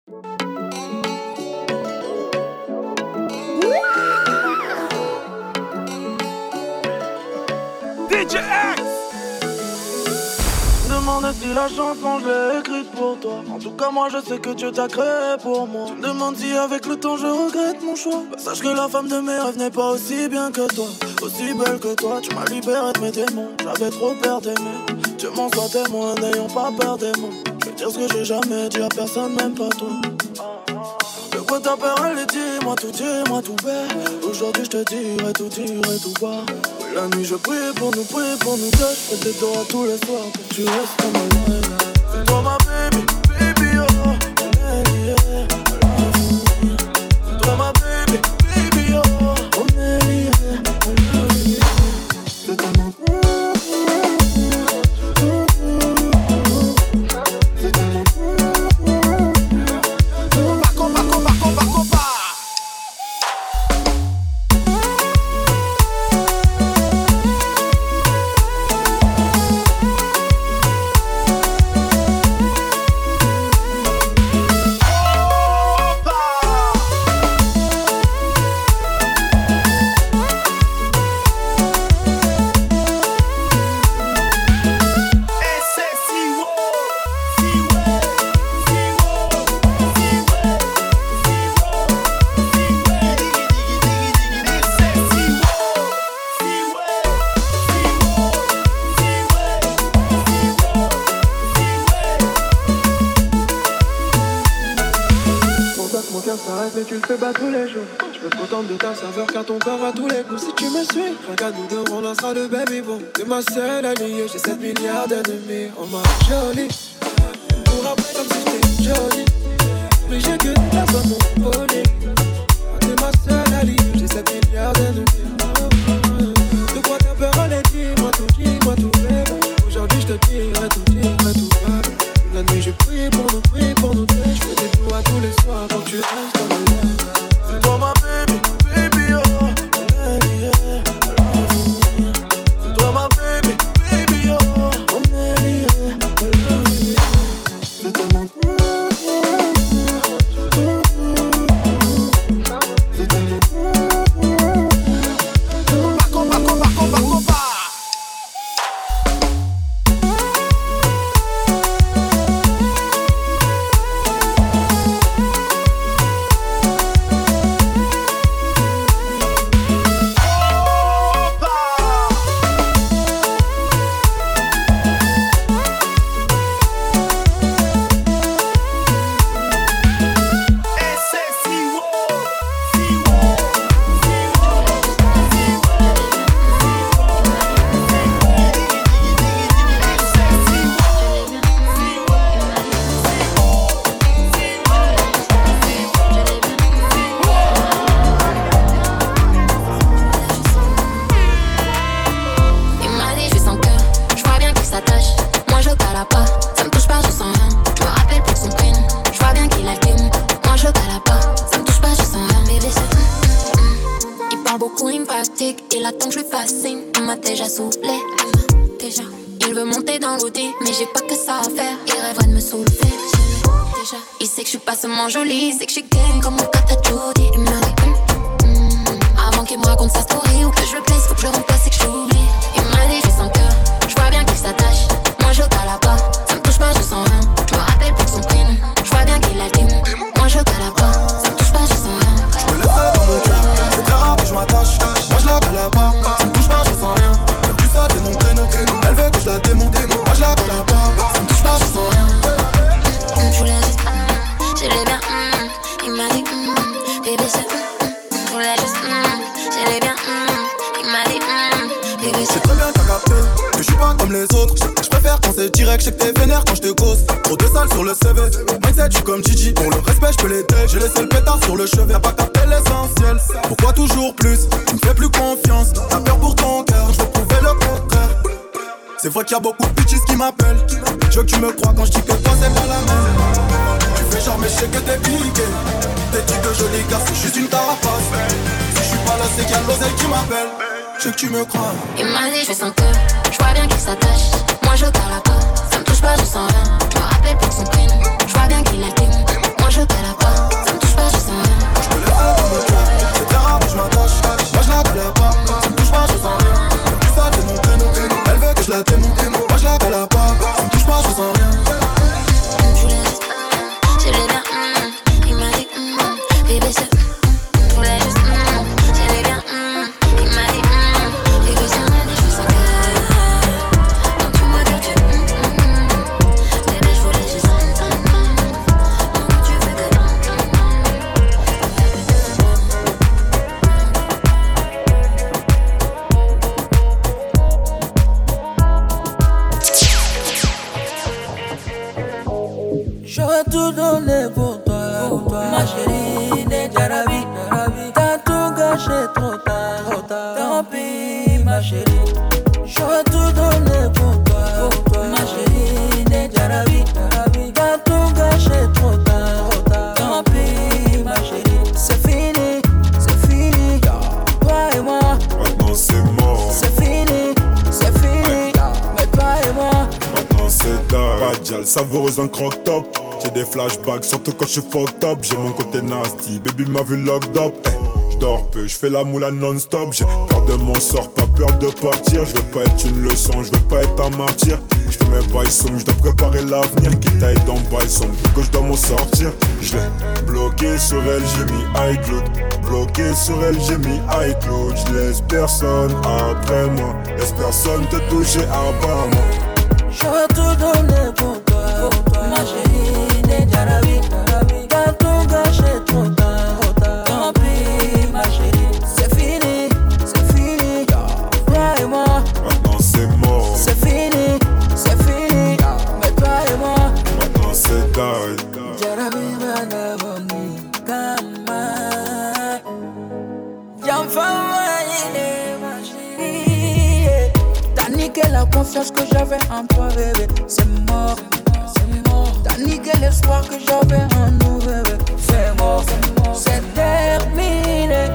DJ X. Demande si la chanson je l'ai écrite pour toi. En tout cas moi je sais que Dieu t'a créé pour moi. Tu me demandes si avec le temps je regrette mon choix. Bah, sache que la femme de mes rêves n'est pas aussi bien que toi, aussi belle que toi. Tu m'as libéré de mes démons, j'avais trop peur d'aimer. Dieu m'en soit témoin, n'ayons pas peur des mots. Je vais dire ce que j'ai jamais dit à personne, même pas toi. De quoi t'as peur, allez dis-moi tout bête. Aujourd'hui je te dirai tout bas. Oui, la nuit je prie pour nous deux. Je fais des doigts à tous les soirs pour que tu restes comme un lion. C'est toi ma baby, baby oh, on est liés. C'est toi ma baby, baby oh, on est liés. C'est toi mon mais tu le fais pas tous les jours. Je me contente de ta saveur car ton corps à tous les coups. Si tu me suis, regarde nous deux, on lancera le baby boom. T'es ma seule alliée, j'ai 7 milliards d'ennemis. Oh ma jolie, pour après comme si j'étais jolie. Mais j'ai que la somme mon poli. T'es ma seule alliée, j'ai 7 milliards d'ennemis. De quoi t'as peur, allez dis-moi tout bébé. Aujourd'hui je te dirai tout bas. La nuit je prie pour nous deux. Je fais des doigts tous les soirs quand tu restes dans le lait. c'est toi ma baby, baby oh, on est liés. C'est toi ma baby, baby oh, on est liés. C'est toi mon Il attend que je lui fascine, il m'a déjà saoulé. Déjà, il veut monter dans l'audi, mais j'ai pas que ça à faire. Il rêverait de me soulever. Déjà, il sait que je suis pas seulement jolie, il sait que je suis game comme mon kata Judy. Il me dit avant qu'il me raconte sa story ou que je le plaise, faut que je le remplace et que je l'oublie. Il m'a dit je suis sans cœur, je vois bien qu'il s'attache. Moi je cala pas, ça me touche pas, je sens rien. Je me rappelle plus de son prénom, je vois bien qu'il a le team. Moi je cala pas, ça me touche pas, je sens rien. Je me laisse dans mon cœur, c'est très rare que je m'attache. Moi je la cala pas, ça me touche pas, je sens rien. Même plus ça, c'est mon prénom. Elle veut que je la démonte, moi je la cala pas, ça me touche pas, je sens rien. Je voulais juste, je l'ai bien, il m'a dit, bébé c'est, je voulais juste, je l'ai bien, il m'a dit, bébé c'est. C'est très bien t'as capté, que je suis pas comme les autres. Je préfère quand c'est direct, je sais que t'es vénère quand je te cause. Trop de sales sur le CV, mindset je suis comme Gigi. Pour le respect je peux l'aider, j'ai laissé le pétard sur le chevet. Y'a pas capté l'essentiel, pourquoi toujours plus? Tu me fais plus confiance, t'as peur pour ton cœur, je veux prouver le contraire. C'est vrai qu'il y a beaucoup de bitches qui m'appellent. Je veux que tu me crois quand je dis que toi c'est pas la même. Tu fais genre mais je sais que t'es piqué. T'es dit de joli gars, c'est juste une tarapace. Si je suis pas là c'est qu'il y a l'oseille qui m'appelle. Je veux que tu me crois. Il m'a dit je fais son cœur, je vois bien qu'il s'attache. Moi je parle pas, ça me touche pas, je sens rien. Je me rappelle plus de son prénom, je vois bien qu'il a le team. Moi je parle toi. Ma chérie, déjà ravi. T'as tout gâché trop tard. Tant pis, ma chérie. J'aurais tout donné pour toi. Ma chérie, déjà ravi. T'as tout gâché trop tard. Tant pis, ma chérie. C'est fini. Toi et moi. Maintenant c'est mort. C'est fini. Mais toi et moi. Maintenant c'est tard. Pas de gel, savoureuse en croque-top. J'ai des flashbacks, surtout quand je suis fucked up. J'ai mon côté nasty, baby m'a vu locked up. J'dors peu, j'fais la moula non-stop. J'ai peur de mon sort, pas peur de partir. J'veux pas être une leçon, j'veux pas être un martyr. J'fais mes bails sombres, j'dois préparer l'avenir. Quitte à être dans bail sombre, que j'dois m'en sortir. J'l'ai bloqué sur elle, j'ai mis iCloud. Bloqué sur elle, j'ai mis iCloud. J'laisse personne après moi. Laisse personne te toucher à part moi. J'aurais tout donné pour toi. Ma chérie, déjà ravi. T'as tout gâché trop tard. Tant pis, ma chérie. C'est fini. Toi et moi. Maintenant c'est mort. C'est fini. Mais toi et moi. Maintenant c'est died. Jarabi Manavoni Kama Jamfama il ma chérie. T'as niqué la confiance que j'avais en toi, bébé. C'est mort. T'as niqué l'espoir que j'avais en nous, bébé. C'est mort. C'est terminé.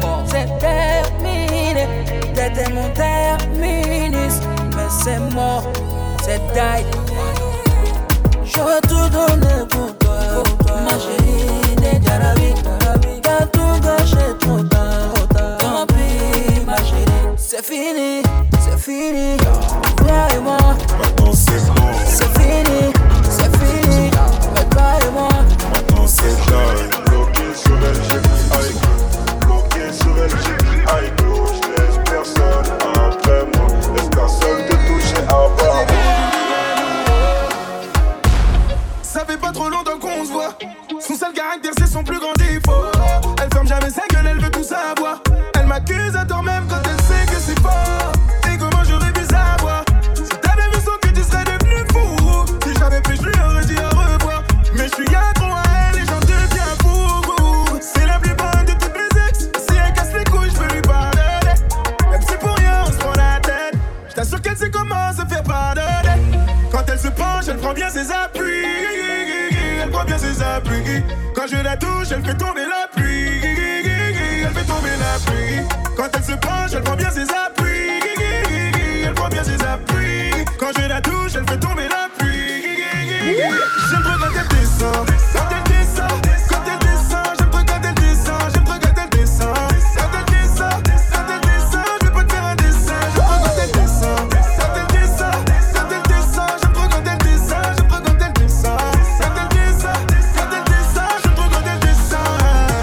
T'étais mon terminus. Mais c'est mort. C'est die. J'aurais tout donné pour toi. Ma chérie, déjà ravi. T'as tout gâché trop tard. Tant pis, ma chérie. C'est fini. Toi et moi. Maintenant c'est mort. C'est fini. Mais toi et moi. Maintenant c'est died. Bloqué sur elle, j'ai mis iCloud. J'laisse personne après moi. Laisse personne te toucher à part moi. Ça fait pas trop longtemps qu'on se voit. Son seul caractère, c'est son plus grand défaut. Elle ferme jamais sa gueule, elle veut tout savoir. Elle m'accuse à tort même quand elle sait que c'est fort. Et comment j'aurais pu savoir? Si t'avais vu son cul, tu serais devenu fou. Si j'avais pu, je lui aurais dit au revoir. Mais je suis accro à elle et j'en deviens fou. C'est la plus bonne de toutes mes ex. Si elle casse les couilles, je peux lui pardonner. Même si pour rien on se prend la tête. Je t'assure qu'elle sait comment se faire pardonner. Quand elle se penche, elle prend bien ses appuis. Elle prend bien ses appuis. Quand je la touche, elle fait tomber la pluie. Elle fait tomber la pluie. Quand elle se penche, elle prend bien ses appuis. Elle prend bien ses appuis. Quand je la touche, elle fait tomber la pluie. J'aime trop quand elle descend. Quand elle descend. Quand elle descend. J'aime trop quand elle descend. J'aime trop quand elle descend. Quand elle descend. Quand elle descend. Je vais pas te faire un dessin. J'aime trop quand elle descend. Quand elle descend. Quand elle descend. J'aime trop quand elle descend. J'aime trop quand elle descend. Quand elle descend. Quand elle descend. J'aime trop quand elle descend.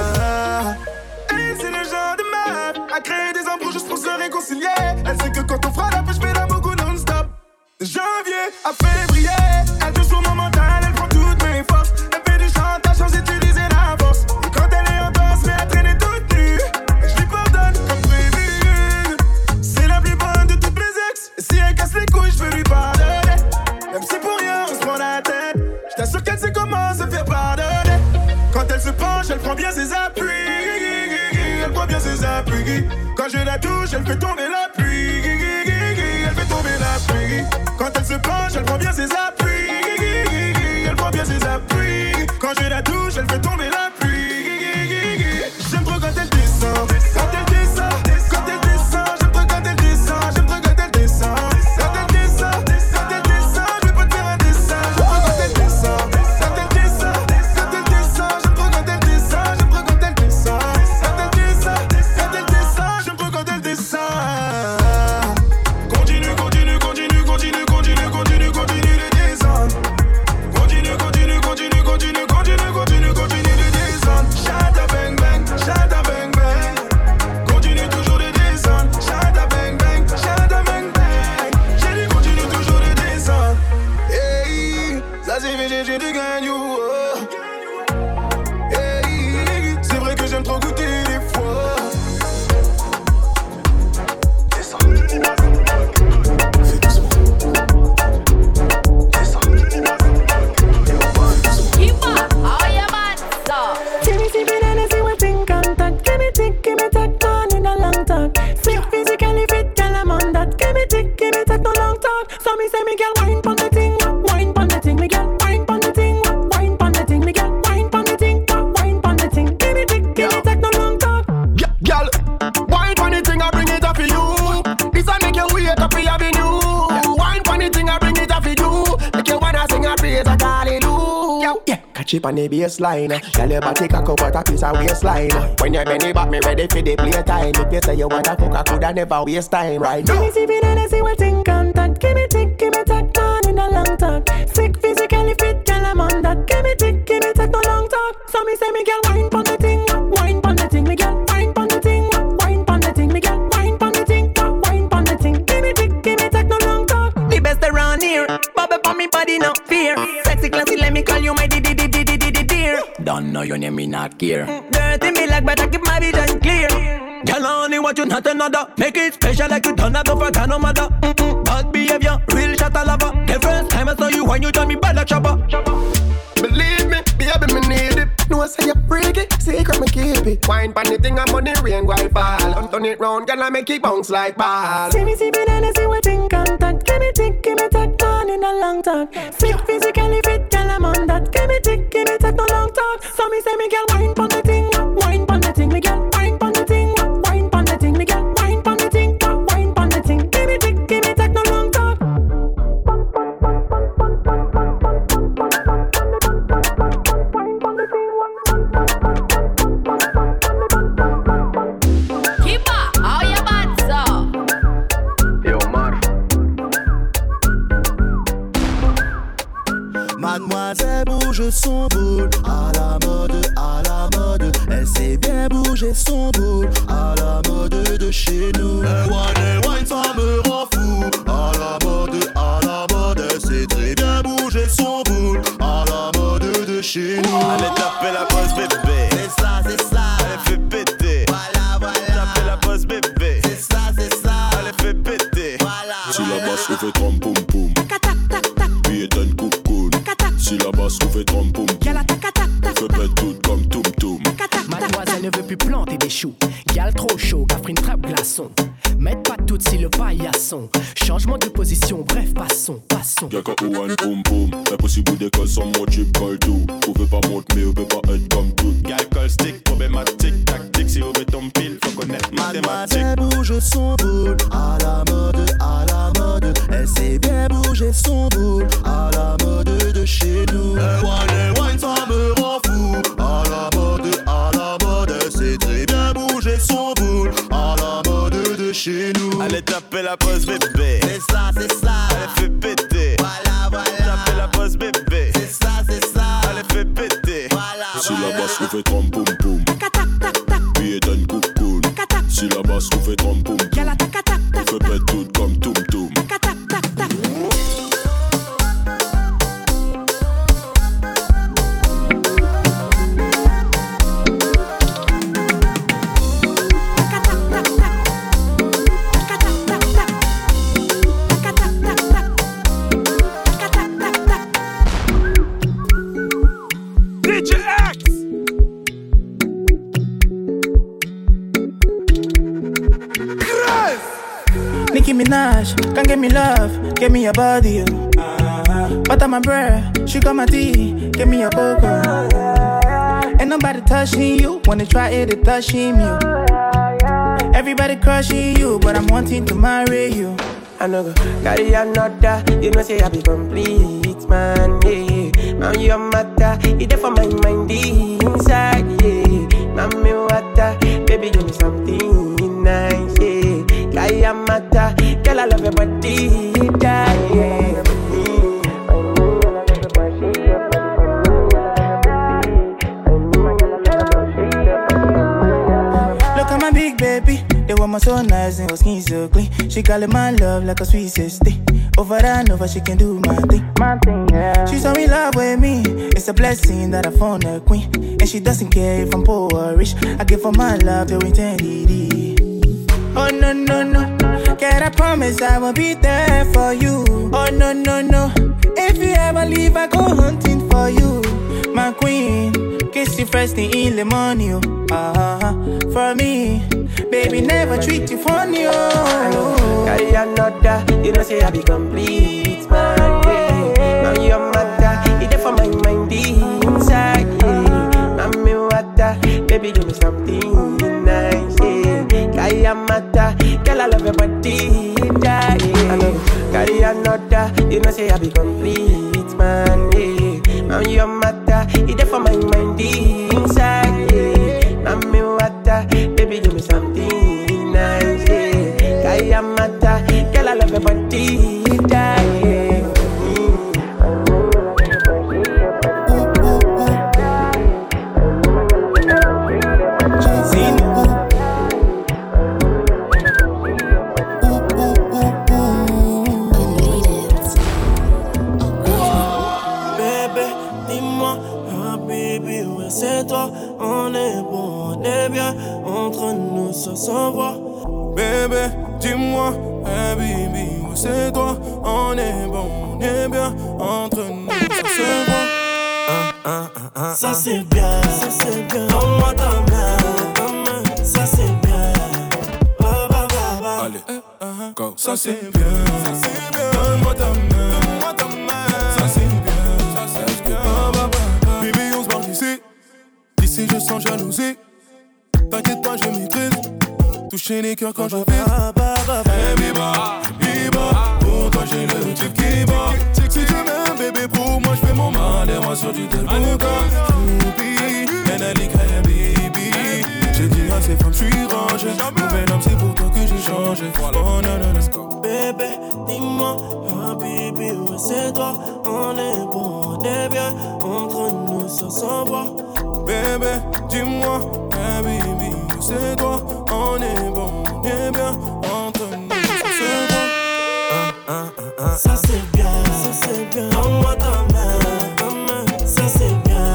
Et c'est le genre de meuf à créer des embrouilles juste pour se réconcilier. Elle sait que quand on fera la pêche, je fais la beaucoup non-stop. De janvier à février, elle joue sur mon mental, elle prend toutes mes forces. Elle fait du chantage sans utiliser la force. Et quand elle est en danse, mais elle traîne toute nue. Et je lui pardonne comme prévu. C'est la plus bonne de toutes mes ex. Et si elle casse les couilles, je peux lui pardonner. Même si pour rien on se prend la tête. Je t'assure qu'elle sait comment se faire pardonner. Quand elle se penche, elle prend bien ses appuis. Elle prend bien ses appuis. Quand je la touche, elle fait tomber la pluie. Elle fait tomber la pluie. Quand elle se penche, elle prend bien ses appuis. Elle prend bien ses appuis. Quand je la touche, elle fait tomber la pluie. J'aime trop quand elle descend. Quand elle descend. Quand elle descend. J'aime trop quand elle descend. J'aime trop quand elle descend. Quand elle descend. Quand elle descend. Je vais pas te faire un dessin. J'aime trop quand elle descend. Quand elle descend. Quand elle descend. J'aime trop quand elle descend. J'aime trop quand elle descend. Quand elle descend. Quand elle descend. J'aime trop quand elle descend. Continue le descendre. chip on the baseline. Tell your body cock up, what a piece of waistline. When you bend it back, me ready for the playtime. If you say you want a fuck, I coulda never waste time right now. Give me CB, then I see what in contact. Give me tick, man in a long talk. Sick physically fit, girl I'm on that. Give me tick, no long talk. So me say me girl wine pon the thing, wine pon the thing, me girl wine pon the thing, wine pon the thing, me girl wine pon the thing, wine pon the thing. Give me tick, no long talk. The best around here, bubble pon me body no fear. Sexy classy, let me call you my dear. Don't know your name, me not care. Dirty me like better keep my vision clear. Girl only what you not another. Make it special like you done a go for no matter. Bad behavior, real shot a lover. The first time I saw you when you turn me bad like chopper. Believe me, baby, me need it. No, I say you freaky, secret me keep it. Wine pan the thing, I'm on the rain while fall. Turn it round, girl, I make it bounce like ball. See me, then I see what in contact. Give me tick, man in a long talk. Sick physically fit, girl, I'm on that. Give me tick, no long talk. So me say me girl wine pon the thing, wine pon the thing, me girl wine pon the thing, wine pon the thing, me girl wine pon the thing, wine pon the thing. Give me tick, no long talk. Mademoiselle bouge son boule à la mode, elle sait bien bouger son boule à la mode de chez nous. Elle wine, ça me rend fou à la mode, elle sait très bien bouger son boule à la mode de chez nous. Allez taper la pause bébé, c'est ça, allez fait péter, voilà. Taper la pause bébé, C'est ça, allez fait péter, voilà. Si la basse vous fait trom poum poum, puis est un coucoune. Si la basse vous fait trom poum poum, fait pète tout comme toum toum. Mademoiselle ne veut plus planter des choux. Gal trop chaud, cafrine trappe glaçon. Mette pas tout si le paillasson. Changement de position, bref, passons. Y'a qu'à ou un poum poum, impossible d'école sans mot chip call tout. Vous pouvez pas monter mais vous pouvez pas être comme tout. gal call stick, problématique, tactique. Si vous mettez ton pile, faut connaître mathématiques. Mademoiselle bouge son boule à la mode, elle sait bien bouger son boule à la mode de chez nous. Elle wine, ça me rend fou à la mode, elle sait très bien bouger son boule à la mode de chez nous. Allez taper la pause bébé, C'est ça, allez fait péter, voilà. taper la pause bébé, C'est ça, allez fait péter, voilà. Si la basse vous fait trom poum poum, puis est un coucoune. Si la basse vous fait trom poum poum, fait pète tout comme toum toum. DJ X. Nicki Minaj, can't get me love, give me your body, Butter my bread, sugar my tea, give me your cocoa. Ain't nobody touching you, wanna try it, they touching you. Everybody crushing you, but I'm wanting to marry you. I know go carry another, you know say I be complete, man, yeah. Now your matter, it there for my mind inside, yeah. Mami water, baby give me something nice, yeah. Kaya mata, girl I love your body, yeah. Look at my big baby, the woman so nice and her skin so clean. She callin' my love like a sweet sister. Over and over, she can do my thing, yeah. She's so in love with me. It's a blessing that I found a queen, and she doesn't care if I'm poor or rich. I give her my love to eternity. Oh no no no, can I promise I will be there for you? Oh no no no, if you ever leave, I go hunting for you, my queen. Kiss you first thing in the morning, for me, baby, never treat you funny, oh. Carry another, you know say I be complete, man, yeah. Now your matter, it there for my mind inside, yeah. Mami water, baby give me something nice, yeah. Kaya mata, girl I love your body, yeah. I know carry another, you know say I be complete, man, yeah. Now your matter, it there c'est toi. On est bon, on est bien. Entre nous, ça s'envoie. Bébé, dis-moi, baby, c'est toi. On est bon, on est bien. Entre nous, ça se voit. Ça c'est bien, ça c'est bien. Donne-moi ta main, ça c'est bien. Allez, go. Ça c'est bien, ça c'est bien. Donne-moi ta main, ça c'est bien, ça c'est bien. Baby, on se barre d'ici. D'ici je sens jalousie. T'inquiète pas, je maîtrise. Toucher les cœurs quand je vais. Hey biba, pour toi j'ai le type qui bat. Si tu m'aimes bébé, pour moi je fais mon mal. Et moi sur du Delbouka. J'ai dit à ces femmes, je suis rangé. Nouvel homme, c'est pour toi que j'ai changé. Oh non, non, let's go. Bébé, dis-moi, baby, ouais, c'est toi. On est bon, on est bien. Entre nous, ça s'envoie. Bébé, dis-moi, baby, c'est toi. On est bon, on est bien. Entre nous, ça se voit. Ça c'est bien, ça c'est bien. Donne-moi ta main, ça c'est bien.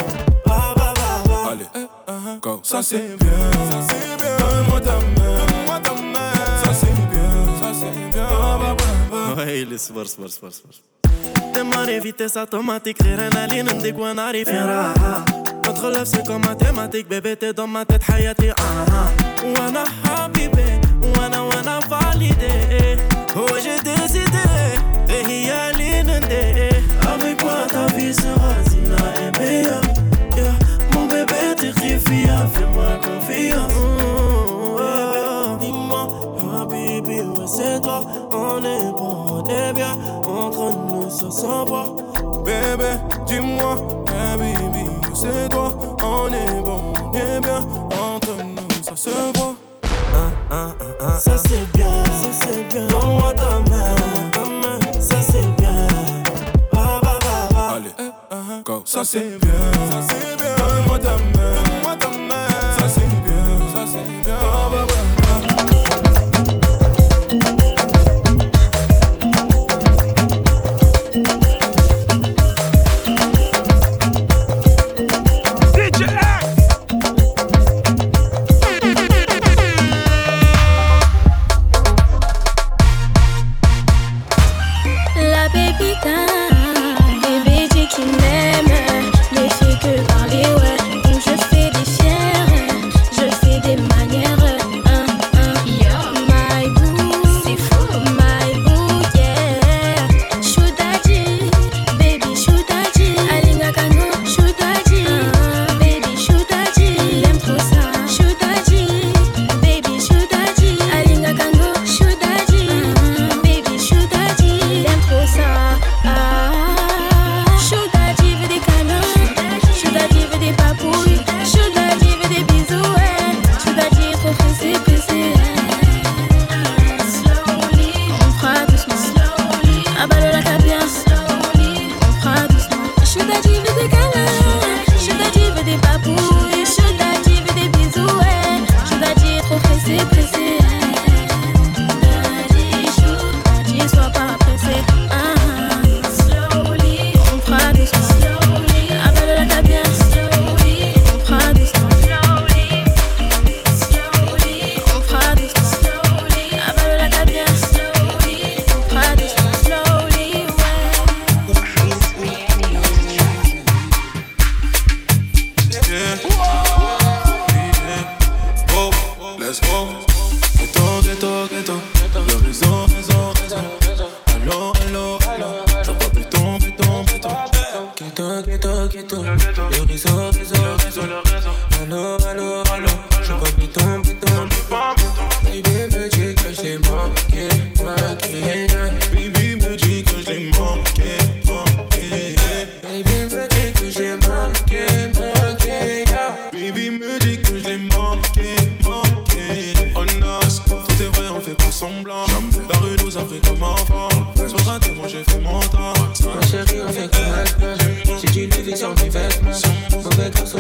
Allez, go. Ça c'est bien, ça c'est bien. Donne-moi ta main, ça c'est bien, ça c'est bien. Ouais, il est super. Démarrer vitesse automatique, l'adrénaline, on dit qu'on arrive. Notre love c'est comme mathématique, bébé t'es dans ma tête, hayati. Wanna habibi, wanna validé. Oh j'ai décidé, t'es hyalinde. Avec moi ta vie sera zina et meilleure. Mon bébé terrifié, fais-moi confiance. Dis-moi, baby, ouais c'est toi. On est bon, on est bien. Entre nous ça s'envoie. Bébé, dis-moi, baby, c'est toi. On est bon, on est bien. Entre nous ça se voit. Ça c'est bien, ça c'est bien. Donne-moi ta main, ça c'est bien. Allez, go. Ça c'est bien, ça c'est bien. Donne-moi ta main, ça c'est bien, ça c'est bien. Baby me dit que j'ai manqué.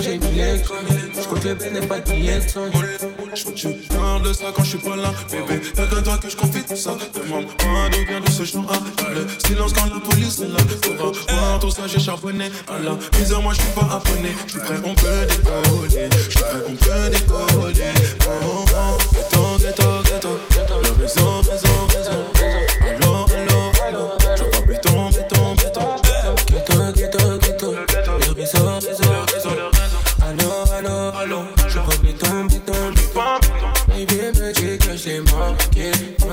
j'ai mis les crânes. J'compte le bénéfice, pas de billets de sang. J'veux que tu parles de ça quand j'suis pas là, bébé. Y'a qu'à toi que j'confie tout ça. Demande pas d'où vient de ce genre. Le silence quand la police est là. Faudra voir tout ça, j'ai charbonné. À la misère, moi j'suis pas abonné. J'suis prêt, on peut décoller. J'suis prêt, on peut décoller. Oh, oh, ghetto. Le réseau. Allô. Je vois béton. Ghetto. Le réseau. Allô. Je vois béton. Baby me dit que je l'ai manqué.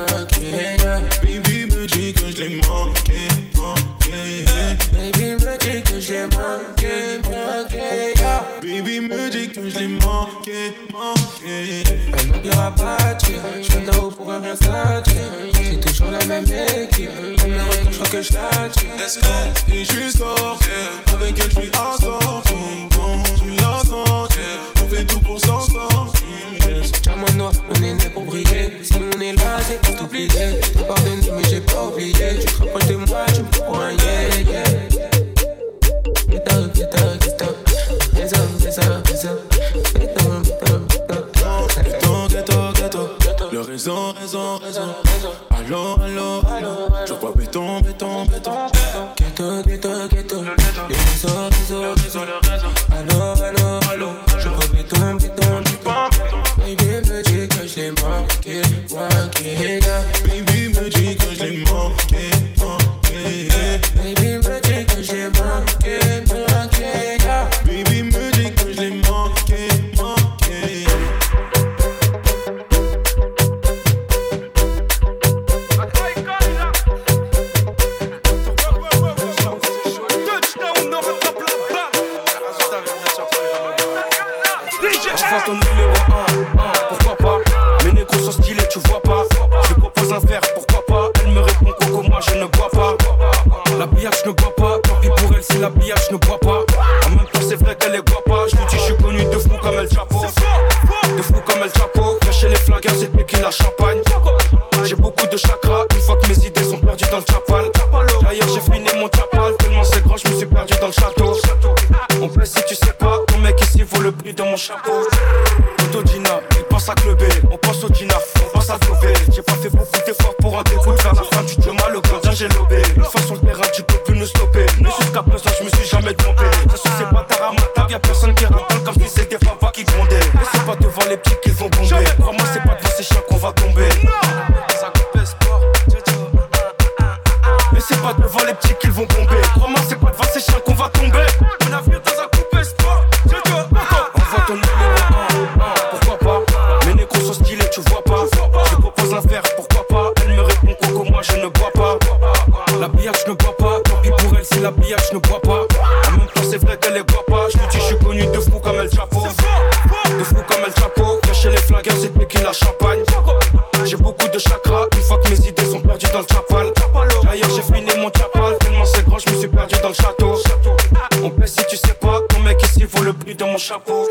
Baby me dit que je l'ai manqué. Baby me dit que je l'ai manqué. Baby me dit que je l'ai manqué. Elle me dira pas de tir. J'viens de là-haut pour rien sentir. C'est toujours la même équipe. Elle me retouche, faut que je la tire. Let's go. Et j'suis sorti. Avec elle j'suis assorti. Tu l'as senti. On fait tout pour s'en sortir. Diamant noir, on est né pour briller. Si on est là, c'est pour t'oublier. T'es pardonné, mais j'ai pas oublié. Tu te rapproches de moi, tu me prends pour un yeah. Ghetto. Le réseau. Allô. Je vois béton. Ghetto. Le réseau. Allô. Je vois béton. Baby me dit que je l'ai manqué. Baby me dit que je l'ai manqué. Baby me dit que je l'ai manqué. Baby me dit que je l'ai manqué. J'enfonce ton numéro 1, pourquoi pas. Mes négros sont stylés, tu vois pas. Je lui propose un verre, pourquoi pas. Elle me répond Coco, moi je ne bois pas. La billard, je ne bois pas. Tant pis pour elle, si la billard, je ne bois pas. En même temps, c'est vrai qu'elle est boit pas. Je lui dis, je suis connu de fou comme El Chapo. De fou comme El Chapo. Viens chez les flaggers, c'est lui qui la champagne. J'ai beaucoup de chakras, une fois que mes idées sont perdues dans le chapal. D'ailleurs, j'ai fini mon chapal. Tellement c'est grand, je me suis perdu dans le château. On plaît si tu sais pas, ton mec ici vaut le prix de mon chapeau. Autodina, il pense à clubber, on pense au dinaf, on pense à dober. J'ai pas fait beaucoup d'efforts pour en découdre, vers la fin du chemin, le gardien j'ai lobé. Une fois sur le terrain, tu peux plus nous stopper. Mais jusqu'à présent, je me suis jamais trompé. Ça se c'est pas tard à ma table, y'a personne qui rappelle comme si c'était papa qui grondait. Mais c'est pas devant les petits qu'ils vont bomber. Crois-moi, c'est pas devant ces chiens qu'on va tomber. Mais c'est pas devant les petits qu'ils vont bomber. Crois-moi, c'est pas devant ces chiens qu'on va tomber. On a vu dans un coupé sport. Envoie ton numéro 1, pourquoi pas. Mes négros sont stylés, tu vois pas. Je lui propose un verre, pourquoi pas. Elle me répond Coco, moi je ne bois pas. La billard, je ne bois pas. Tant pis pour elle, si la billard, je ne bois pas. En même temps, c'est vrai qu'elle est boit pas. Je lui dis, je suis connu de fou comme El Chapo. De fou comme El Chapo. Viens chez les flaggers, c'est lui qui la champagne. J'ai beaucoup de chakras, une fois que mes idées sont perdues dans le chapal. D'ailleurs, j'ai fini mon chapal. Tellement c'est grand, je me suis perdu dans le château. On plaît si tu sais pas, ton mec ici vaut le prix de mon chapeau.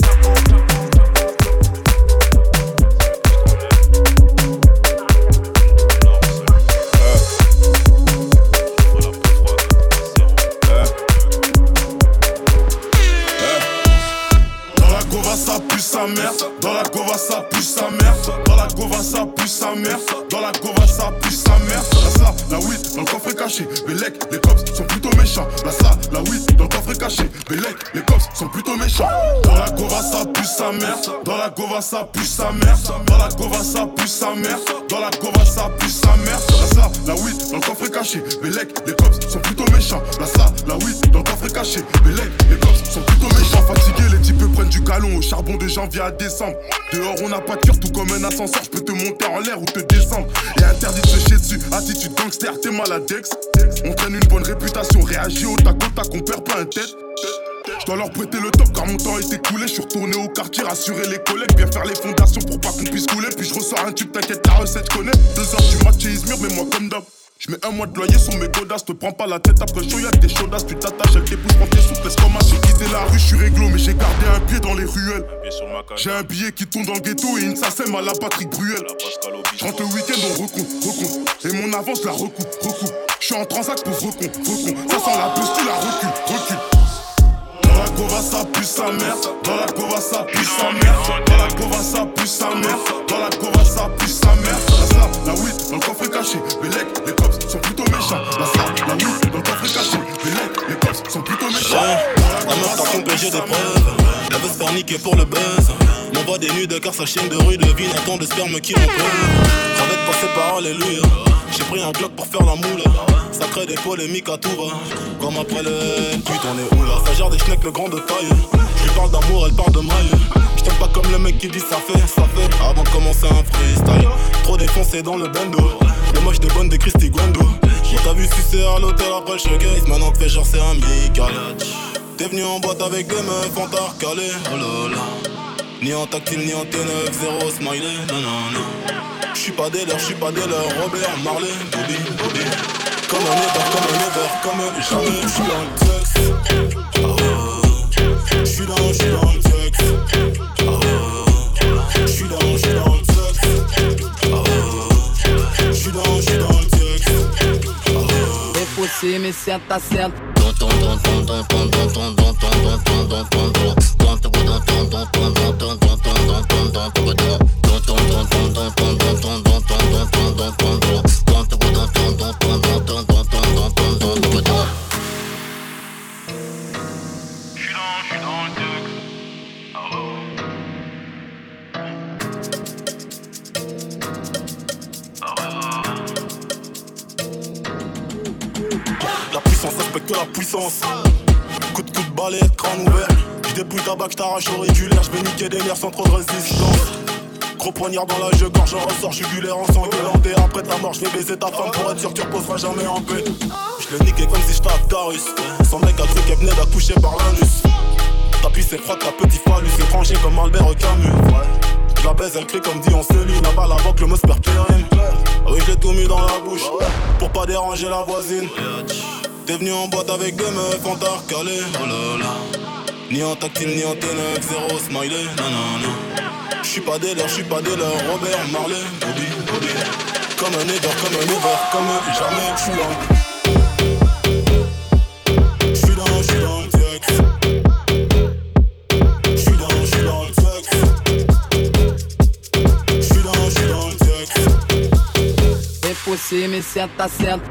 Ça pue sa mère, dans la gova ça pue sa mère, dans la gova ça pue sa mère, dans la gova ça pue sa mère. La ça, la weed dans le coffre est caché, les lecs, les cops sont plutôt méchants. La ça, la weed dans le coffre est caché, les lecs, les cops sont plutôt méchants. Dans la gova ça pue sa mère, dans la gova ça pue sa mère, dans la gova ça pue sa mère, dans la gova ça pue sa mère. La ça, la weed dans le coffre est caché, les lecs, les cops sont plutôt méchants. La ça, la weed dans le coffre est caché, les lecs, les cops sont plutôt méchants. Fatigués, les types prennent du galon au charbon de janvier à décembre. Dehors on n'a pas de cœur, tout comme un ascenseur. Je peux te monter en l'air ou te descendre. Et interdit de se chier dessus, attitude gangster, t'es maladex. On traîne une bonne réputation, réagit au tac au tac, on perd pas un tête. Je dois leur prêter le top car mon temps est écoulé. Je suis retourné au quartier, rassurer les collègues, bien faire les fondations pour pas qu'on puisse couler. Puis je ressors un tube, t'inquiète, la recette je connais. 2 heures du match chez Izmir, mais moi comme d'hab. Je mets un mois de loyer sur mes godasses, te prends pas la tête après chaud, y'a que des chaudasses, tu t'attaches, elle débouche, prends tes souffles, laisse comme un. J'ai quitté la rue, je suis réglo, mais j'ai gardé un pied dans les ruelles. J'ai un billet qui tourne dans le ghetto et une SACEM à la Patrick Bruel. Je rentre le week-end, on recompte, et mon avance la recoupe. Je suis en transac pour recon, ça sent la buse, tu la recule. Dans la cova ça pue sa mère. Dans la cova ça pue sa mère. Dans la cova ça pue sa mère. Dans la cova ça pue sa mère. La slap, la weed dans le coffre est caché. Les lecs, les cops sont plutôt méchants. La slap, la weed dans le coffre est caché. Les lecs, les cops sont plutôt méchants. La meuf t'as trompé, j'ai des preuves. Elle veut se faire niquer pour le buzz. M'envoie des nudes car sa chienne de rue devine un ton de sperme qui m'enclose. J'avais de passer par alléluia. J'ai pris un Glock pour faire la moule. Ça crée des polémiques à tout va. Comme après le putain on est où là. Ça gère des schnecks le grand de taille. Je lui parle d'amour, elle parle de maille. J't'aime pas comme le mec qui dit ça fait. Avant de commencer un freestyle. Trop défoncé dans le bando. Des moches, des bonnes, des Christy Guendo. T'as vu sucer à l'hôtel après le showcase. Maintenant que fait genre c'est amical. T'es venu en boîte avec des meufs en tard calé. Oh là là. Ni en tactile ni en T9, zéro smiley. Non non non. J'suis pas des leurs, Robert Marley, Bobby, Bobby. Comme un ever, comme jamais. J'suis dans le texte. J'suis dans le texte. J'suis dans le texte. J'suis dans le texte. É você, me senta, senta. La puissance respecte la puissance. Coup de balai, crâne ouvert. J'dépouille ta bague, j't'arrache auriculaire. J'vais niquer des nerfs sans trop de résistance. Gros poignard dans la jeu, gorge en ressort, jugulaire ensangueulante. Et après ta mort, j'vais baiser ta femme pour être sûr que tu reposeras jamais en paix. J'l'ai niqué comme si j'étais Actarus. Son mec a cru qu'elle venait d'accoucher par l'anus. Ta pisse est froide, ta petite phallus est tranchée comme Albert Camus. J'la baise, elle crie comme dit on se lit. Là-bas, la voix que le mot se perd périme. Oui, j'ai tout mis dans la bouche pour pas déranger la voisine. T'es venu en boîte avec des meufs en tard calé. Oh là là. Ni en tactile ni en T9, zéro smiley. Non non non. J'suis pas des leurs, Robert Marley, Bobby, Bobby. Comme un ever, comme jamais. J'suis dans le texte. J'suis dans le texte. J'suis dans le texte. É você, me senta, senta.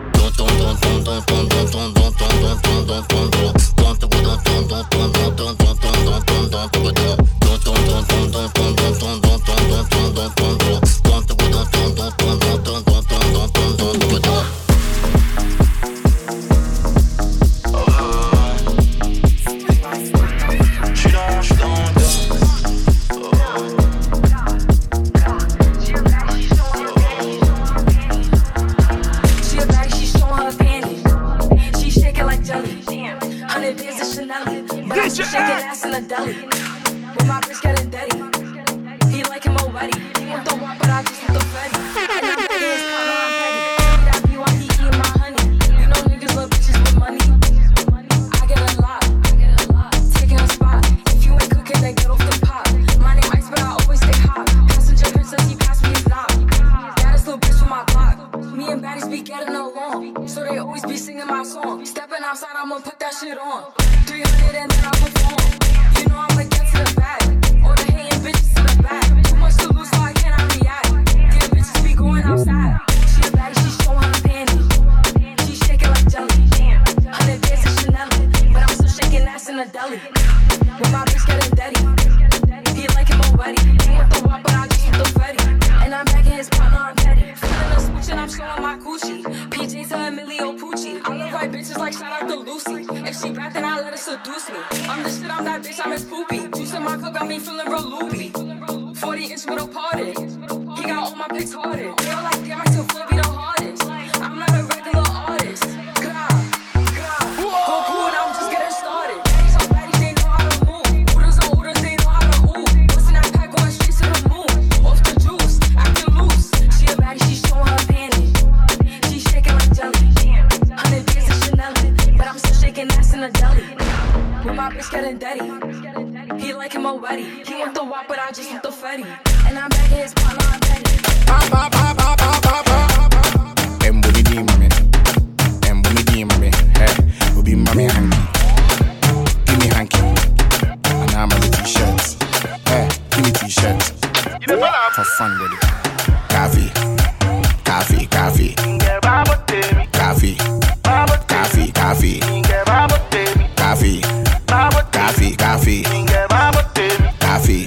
I'm on the t-shirts. Hey, give me t-shirts. For fun with it. Coffee. Coffee. Coffee. Coffee. Coffee. Coffee. Coffee. Coffee. Coffee. Coffee.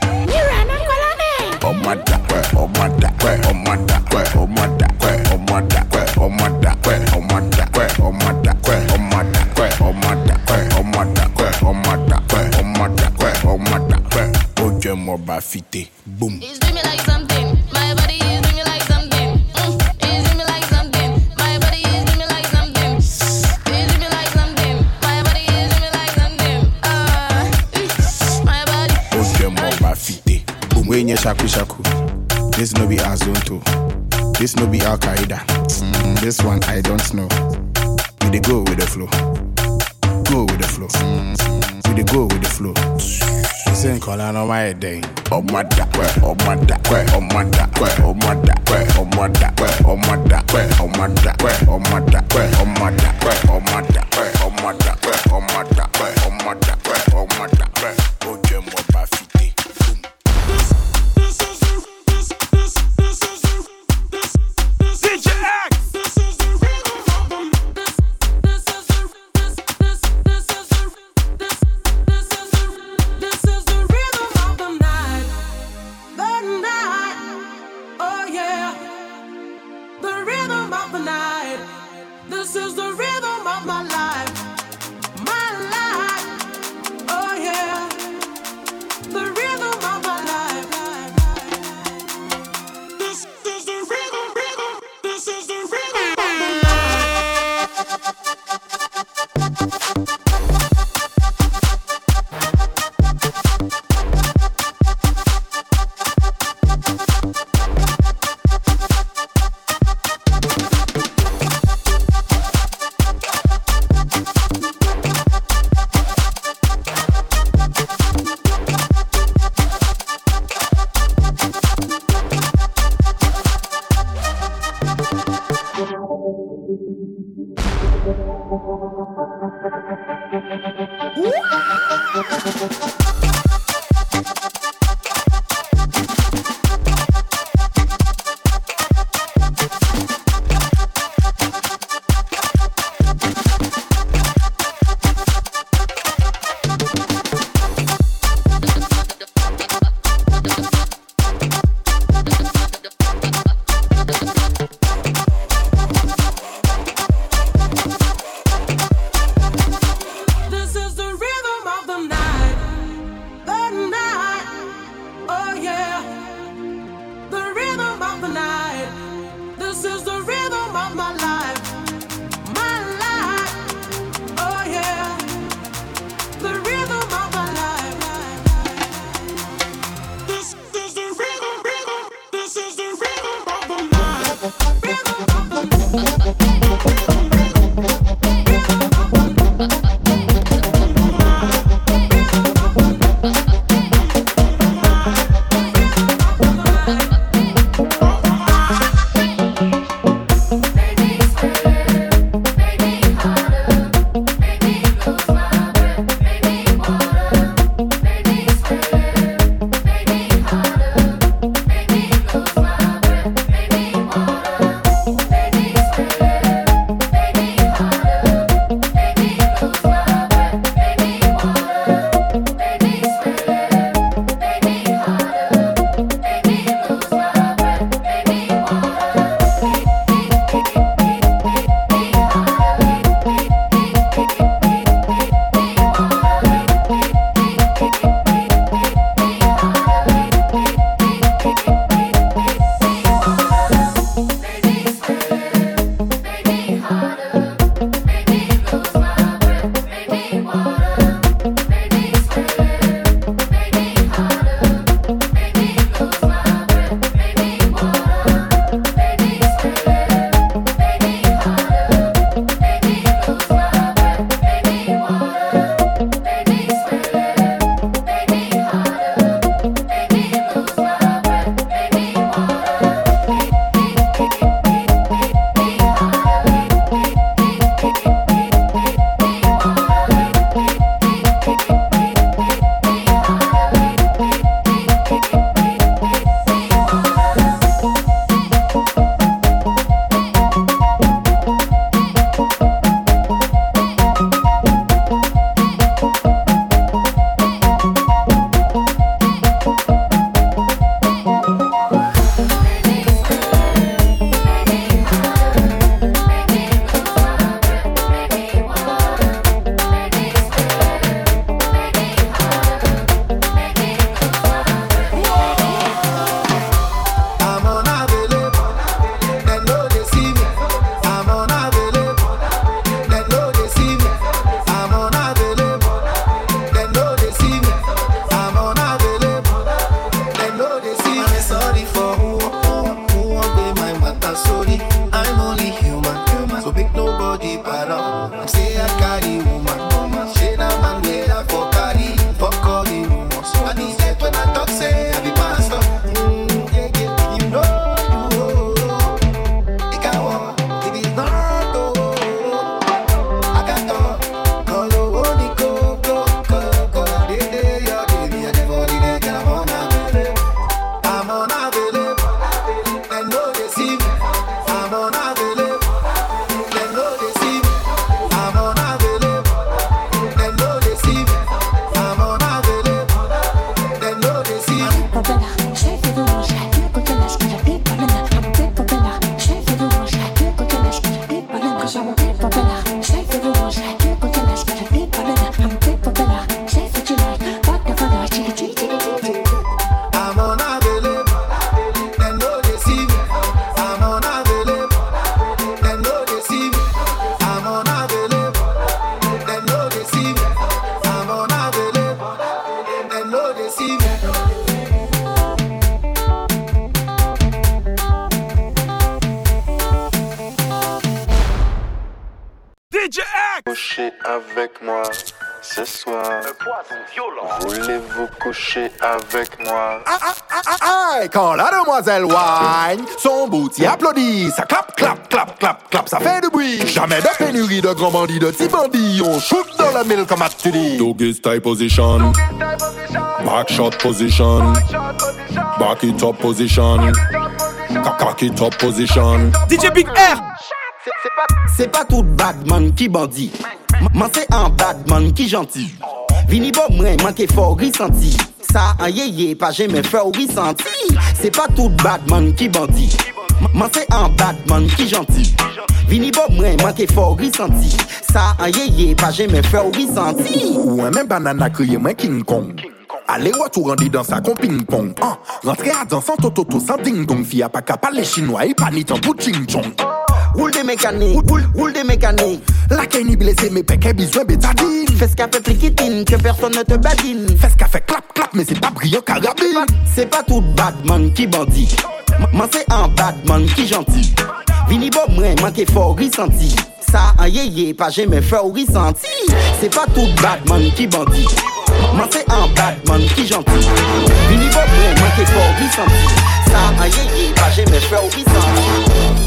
Oh my da, oh my da, oh my da, oh my da, oh my da, oh my da, oh my da, oh my da, oh my da, oh my da, oh my da, oh my da, oh my da, oh my da. Oh je m'en bats fité, boom. It's doing me like something. My body is doing me like something. It's doing me like something. My body is doing me like something. It's doing me like something. My body is doing me like something. My body. Oh je m'en bats fité, boom. We nye shaku shaku. This no be Azonto. This no be Al Qaeda. This one I don't know. We dey go with the flow. Go with the flow. We dey go with the flow. This ain't calling on my day. Oh my da, oh my da, oh my da, oh my da, oh my da, oh my da, oh my da, oh my da, oh my da, oh my da, oh my da, oh my da, oh my da, oh my da. Oh je m'en bats fité. DJ X. Coucher avec moi ce soir. Un poison violent. Voulez-vous coucher avec moi? Quand la demoiselle whine, son booty applaudit, ça clap, clap, clap, clap, clap, ça fait du bruit. Jamais de pénurie de grands bandits, de petits bandits, on shoot dans la mille comme tu dis. Doggy style position, back shot position, back it up position, cock it up position. DJ Big R. C'est pas tout badman qui bandit. Man c'est un badman qui gentil. Vini bon moi manqué fort ressenti. Ça en yé pas jamais fait ressenti. C'est pas tout badman qui bandit. Man c'est un badman qui gentil. Vini bon moi manqué fort ressenti. Ça en yé pas jamais fait ressenti. Ou un même banana crié moi King Kong. Allez retour rendu dans sa con ping-pong. Rentrer à danser sans toto sans ding-dong. Fille a pas capable les chinois et pas ni tant pour ching-chong. Roule des mécaniques, roule des mécaniques. La kenny blessée mais péquet besoin bétadine. Fais ce qu'a fait pliquitine, que personne ne te badine. Fais ce qu'a fait clap clap mais c'est pas brillant carabine. C'est pas tout badman qui bandit. Man c'est un badman qui gentil. Vini bon moi manqué fort ressenti. Ça en yé pas jamais fait ressenti. C'est pas tout badman qui bandit. Man c'est un badman qui gentil. Vini bon moi manqué fort ressenti. Ça en yé pas jamais fait ressenti.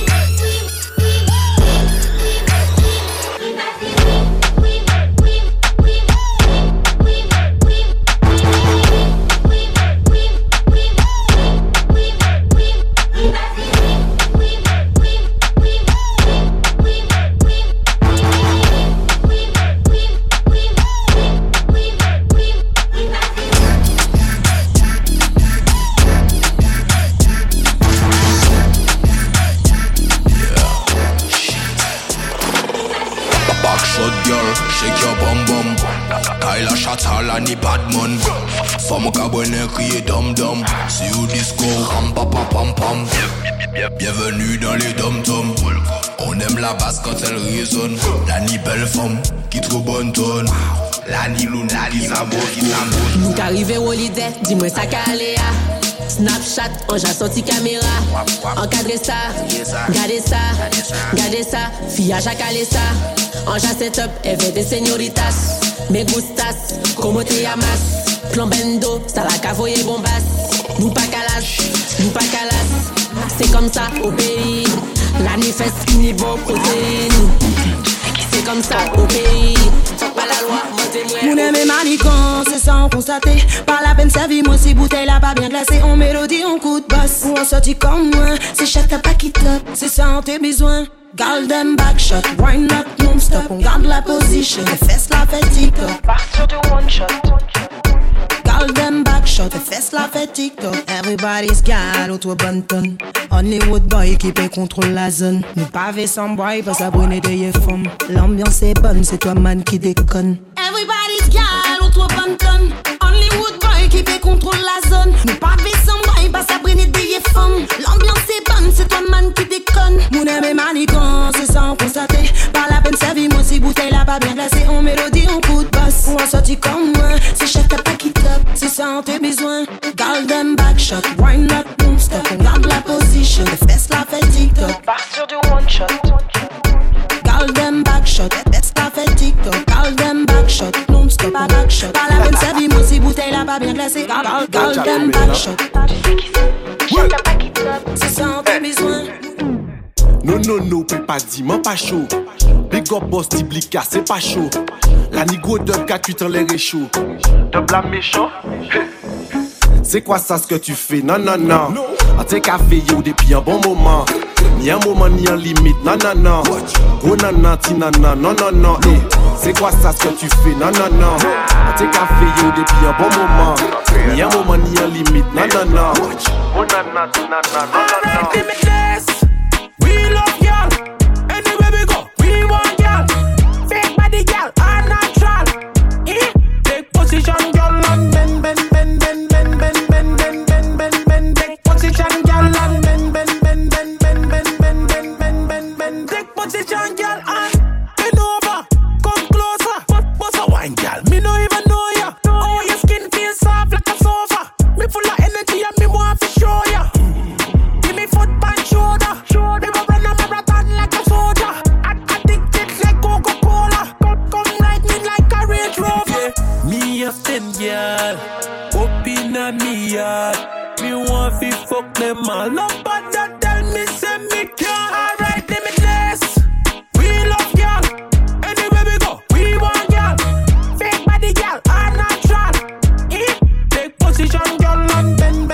Shake your bum bum. Tyler Chatala ni Badman. Femme cabane crier dom dom. C'est au disco, ram pa pa pam pam. Bienvenue dans les dom tom. On aime la basse quand elle résonne. La ni belle femme qui trop bonne tonne. La ni luna qui sambo qui sambo. Nous qu'arrivé au holiday, dis-moi ça qu'aléa. Snapchat, on j'a sorti caméra. Encadrez ça, gardez ça, gardez ça. Fille à chacalé ça. On j'a setup, elle veut des señoritas. Me gustas, como te llamas. Plan bendo, ça la cavoye bombas. Nous pas calas, nous pas calas. C'est comme ça au pays. La ni fesse, ni bon protéine. C'est comme ça au pays. Fuck pas la loi, moi t'es moi. Mon aimé manicon, c'est sans constater. Pas la peine servi, moi si bouteille là pas bien glacée. On mélodie, on coup de basse. Ou on sortit comme moi, c'est chaque pas qui top. C'est ça on tes besoins. Golden backshot, wine not non-stop. On garde la position, les fesses la fait TikTok. Partir du one shot. Golden backshot, les fesses la fait TikTok. Everybody's gal, autour bonne tonne. Hollywood boy qui peut contrôler la zone. Nous pavé sans boy, pas s'abonner de yeux femmes. L'ambiance est bonne, c'est toi man qui déconne. Everybody's gal, autour bonne tonne. Hollywood boy qui peut contrôler la zone. Nous pavé sans boy, pas s'abonner de yeux femmes. L'ambiance est bonne, c'est toi man qui déconne. Mon aimé manicon, c'est sans constater. Pas la peine servi, moi si bouteille là pas bien glacée. On mélodie, on coup de basse. Ou on sortit comme moi, c'est chaque pas qui top. C'est ça on tes besoins. Golden backshot, wine not non-stop. On garde la position, les fesses la fait TikTok. Partir du one shot. Golden backshot, les fesses la fait TikTok. Golden backshot, non-stop, pas backshot. Pas la peine servi, moi si bouteille là pas bien glacée. Golden backshot. C'est ça on tes besoins. Non, peut pas dire, m'en pas chaud. Big up boss, Tiblika, c'est pas chaud. La nigo dub 4-8 en l'air est chaud. Dub la méchant. C'est quoi ça ce que tu fais? Non. A tes cafés, yo, depuis un bon moment. Ni un moment, ni un limite. Non. Gros nana, ti nana, non. Hey, c'est quoi ça ce que tu fais? Non. A tes cafés, yo, depuis un bon moment. Ni un moment, ni un limite. Non. Gros nana, ti nana, non. We love y'all. Anywhere we go, we want y'all. Fake body y'all, all natural. Take position, y'all, and bend. Take position, y'all, and bend. Take position, y'all, and bend over. Come closer, bust a wine, y'all. Me no even know ya. Oh, your skin feels soft like a a me yard. Me want fi fuck them all. No bother tell me say me can't. Alright, limitless. We love y'all. Anywhere we go, we want y'all. Fake body y'all, all natural. Take position y'all and bend.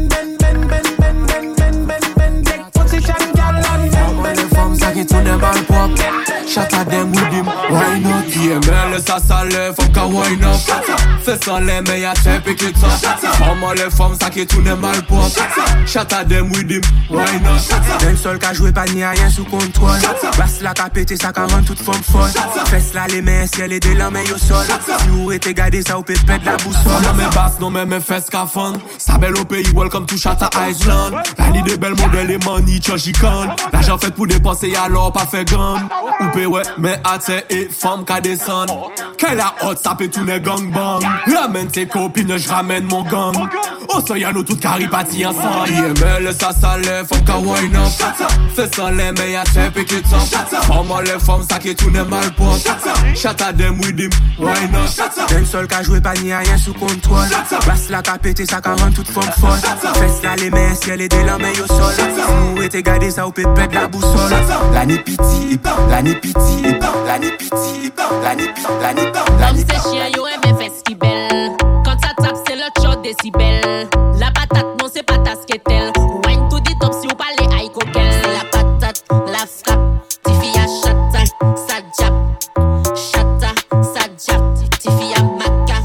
Take position y'all and bend. Les femmes ça qui tourne mal pop. Shut at them with him, why not? Yeah, mais ça sale, faut qu'à wine up. Fais sans les meilleurs, t'es piqué de ça. Maman, les femmes, ça qui tourne mal pop. Shut at them with him, why not? D'un seul qu'a joué, pas ni rien sous contrôle. Basse la qu'a pété, ça qu'a rend toute forme folle. Fesse là, les mains, ciel et de la main au sol. Si vous êtes gardé, ça ou peut pète la boussole. Non, mais basse, non, mais mes fesses qu'a fond. Ça belle au pays, welcome to Shatta Island. La lit de belles modèles et money, Chojicon. L'argent fait pour dépenser, alors pas fait grand. Ouais, mais à et femme qu'à descendre. Qu'elle a hot, ça peut tourner gangbang. Ramène tes copines, je ramène mon gang. Oh, ça y'a nous toutes caripati ensemble. Yeah, mais ça sale, faut qu'à wine up. Fais sans les meilleurs, t'es piqué de ça. Maman, les femmes, ça qui tourne mal pop. Shut at them with him, why not? D'un seul qu'a joué, pas ni rien sous contrôle. Basse la qu'a pété, ça qu'a rend toute forme folle. Fesse là, les mains, ciel et de la main au sol. Si vous êtes gardé, ça ou peut pète la boussole. La ni piti, la ni piti. La ni piti, la ni Comme c'est chien, yo aime fesses qui belle. Quand ça tape, c'est le shot décibel. La patate, non, c'est pas ta skettel. Wine to the top si vous parlez high coquel. La patate, la frappe. Tifi a chata, ça jap. Chata, ça jap. Tifi a maca.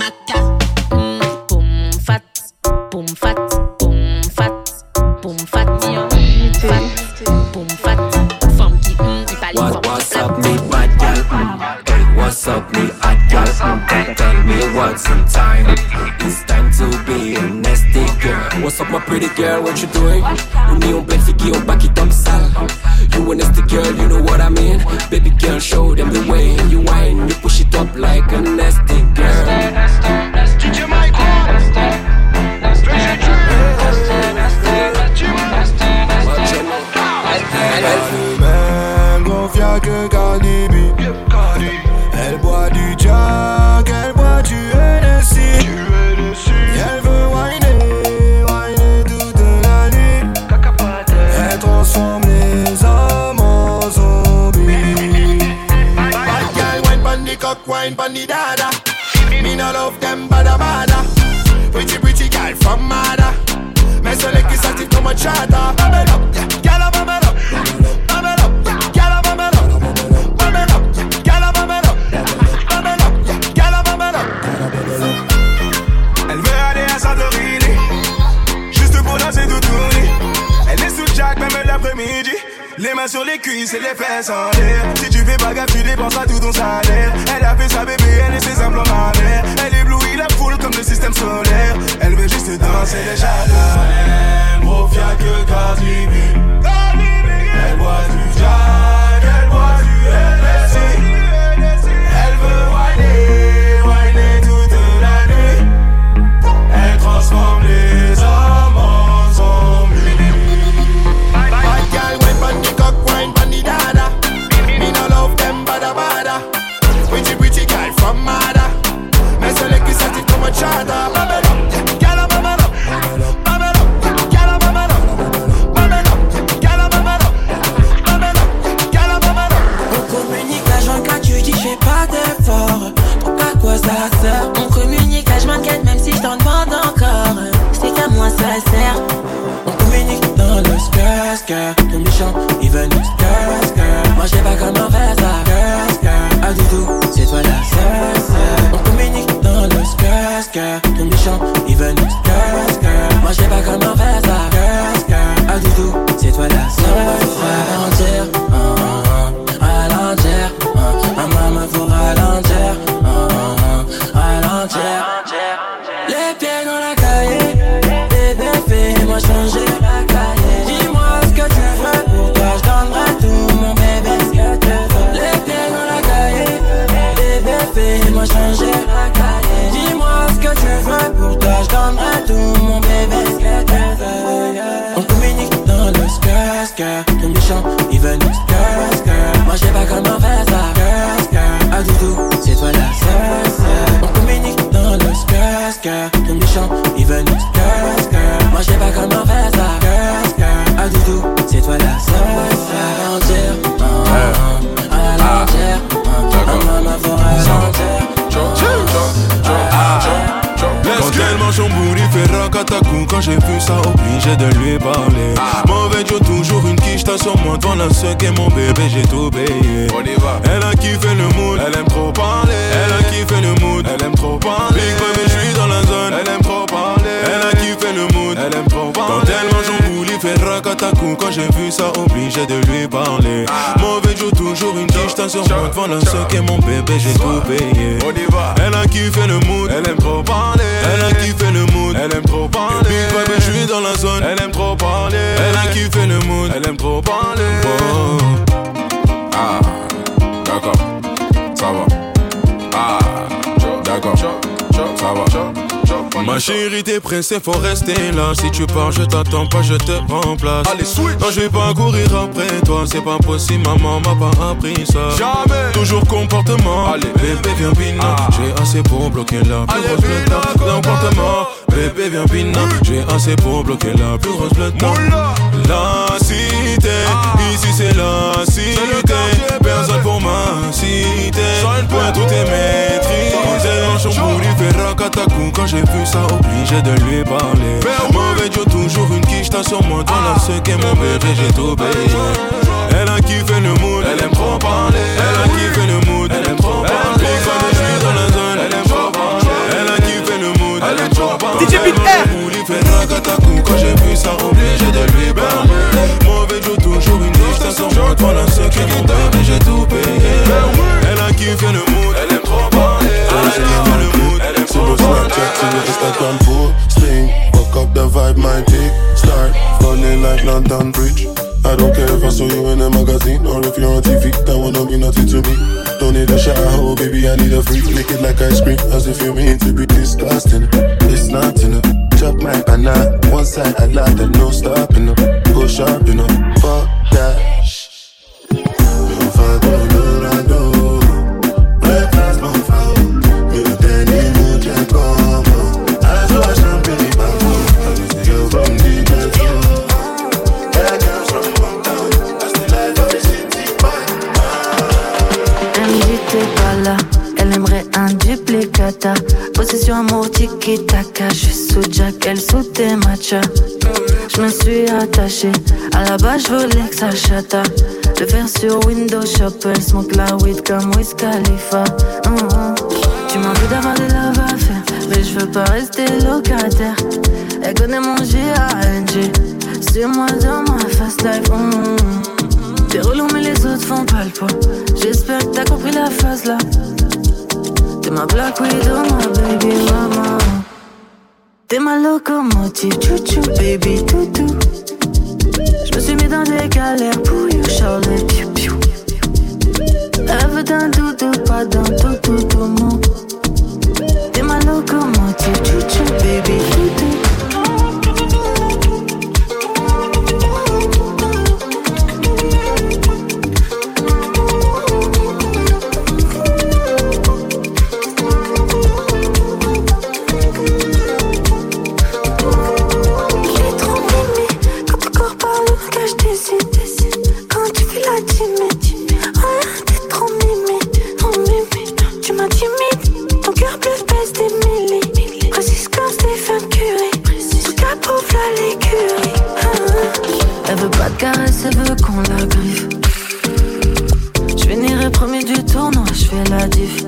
Boum fat, boum fat, boum fat, boum fat. Boum fat. Femme qui il parle fort. What's up, me bad girl? Hey, what's up, me hot girl? Tell me what's in time. It's time to be a nasty girl. What's up, my pretty girl? What you doing? On est en pleine figure, on back it up sale. You a nasty girl, you know what I mean? Baby girl, show them the way. You whine, you push it up like a nasty girl. DJ Mike, Confia que Cardi B. Elle boit du Jack, elle boit du NSC. Elle veut whiner toute la nuit. Elle transforme les hommes en zombies. Bad girl wine pon the cock, wine pon the dada. Me no love them bada bada. Pretty girl from Mada. Mais celle qui s'active comme un chata. Bubble up, yeah, girl, bubble up. Bubble up, yeah, girl, bubble up. Bubble up, yeah, girl, bubble up. Bubble up, yeah, girl, bubble up. Elle veut aller à Santorini, juste pour danser tout tourner. Elle est sous Jack même l'après-midi. Les mains sur les cuisses et les fesses en l'air. Si tu fais pas gaffe, tu dépenseras tout ton salaire. Elle a fait sa bébé, elle et ses implants mammaires. Elle éblouit la foule comme le système solaire. Elle veut juste danser les jardins. Elle mafia que Cardi B. Elle boit du Jack, elle boit du LSC. Elle veut whiner toute la nuit. Elle transforme les hommes en zombies. Bad girl wine pon the cock, wine pon the dada. Me no love them bada bada. Pretty girl from Mada. Mais celle qui s'active comme un chata. Bubble up, yeah, girl, bubble up. Bubble up, yeah, girl, bubble up. Bubble up, yeah, girl, bubble up. Bubble up, yeah, girl, bubble up. On communique H24, tu dis fais pas d'effort. Donc à quoi ça sert? On communique H24 même si je t'en demande encore. C'est qu'à moi ça sert. On communique dans le skirt. Ton méchant il veut nous skirt. Moi j'ai pas comment faire ça. Ah du tout, c'est toi la seule. On communique dans le skirt. Ton méchant il veut nous skirt. Moi j'ai pas comment faire ça. Ah du tout, c'est toi la seule. Ralentir, ma maman faut ralentir. Les pieds dans la cahier. Bébé fais-moi changer la cahier. Dis-moi ce que tu veux, pour toi je donnerai tout mon bébé. Les pieds dans la cahier. Bébé fais-moi changer la cahier. Dis-moi ce que tu veux, pour toi je donnerai tout mon bébé. On communique dans le skirt. Ton méchant il veut nous skirt. Moi j'ai pas comment faire ça. Ah du tout, c'est toi la seule. On communique dans le skirt. Ton méchant il veut nous racatacou. Quand j'ai vu ça, obligé de lui parler. Mauvais Joe, toujours une quiche, t'as sur moi devant la seule et mon bébé, j'ai tout payé. On y va. Elle a kiffé le mood, elle aime trop parler. Elle a kiffé le mood, elle aime trop parler. Big baby, je suis dans la zone, elle aime trop parler. Elle a kiffé le mood, elle aime trop parler. Quand elle mange en boule, il fait racatacou. Quand j'ai vu ça, obligé de lui parler. Mauvais Joe, toujours une quiche, t'as sur moi devant la seule et mon bébé, j'ai tout payé. On y va. Elle a kiffé le mood, elle aime trop parler. Elle a kiffé le mood, elle aime trop parler. Big baby, je suis dans la zone, elle aime trop parler. Elle a kiffé le mood, elle aime trop parler. Oh. Ah, d'accord, ça va. Ah, d'accord, ça va. Ma chérie, t'es pressée, faut rester là. Si tu pars, je t'attends pas, je te remplace. Allez, switch. Non, je vais pas courir après toi, c'est pas possible, maman m'a pas appris ça. Jamais. Toujours comportement. Allez, bébé, viens bina. J'ai assez pour bloquer la plus grosse blette. Comportement. Bébé, viens bina. J'ai assez pour bloquer la plus grosse blette. La cité, ici c'est la cité. Personne pour ma cité. Point tout est maîtrisé. En chamboule, il fait racatacou. Quand j'ai vu ça, obligé de lui parler. Mauvais Joe, toujours une quiche, t'as sur moi dans la seque et mon bébé, j'ai tout payé. Elle a kiffé le mood, elle aime trop parler. Elle a kiffé le mood, elle aime trop parler. Big baby, je suis dans la zone, elle aime trop parler. Elle a kiffé le mood, elle aime trop parler. DJ Big R. Il fait racatacou. Quand j'ai vu ça, obligé de lui parler. Mauvais Joe, toujours une quiche, t'as sur moi dans la seque et mon bébé, j'ai tout payé. Elle a kiffé le mood, elle aime trop parler. Elle a kiffé le mood, elle aime trop parler. Snapchat to your Instagram posting. Fuck up the vibe, my dick start falling like London Bridge. I don't care if I saw you in a magazine or if you're on TV. That one don't mean nothing to me. Don't need a shower, baby, I need a freak. Lick it like ice cream, as if you mean to be disgusting. It's not enough. Chop my banana, one side I like that, no stopping up. Go sharp, you know, fuck that. Elle aimerait un duplicata. Possession amour tiki-taka. Je suis sous Jack, elle sous tes matchas. Je me suis attachée. À la base je voulais que ça chata. Le faire sur Windows Shop. Elle smoke la weed comme Wiz Khalifa. Tu m'as envie d'avoir des love à faire, mais je veux pas rester locataire. Elle connaît mon G.A.N.G. Suis-moi dans ma fast life. T'es relou mais les autres font pas le poids. J'espère que t'as compris la phase là. T'es ma Black Widow, ma baby mama. T'es ma locomotive, chouchou, baby toutou. Je me suis mis dans des galères pour you, Charlie, piou piou. Elle veut d'un doudou, pas d'un toutou, tout mon. T'es ma locomotive, chouchou, baby toutou. Elle veut qu'on la griffe. Je finirai premier du tournoi, je fais la diff.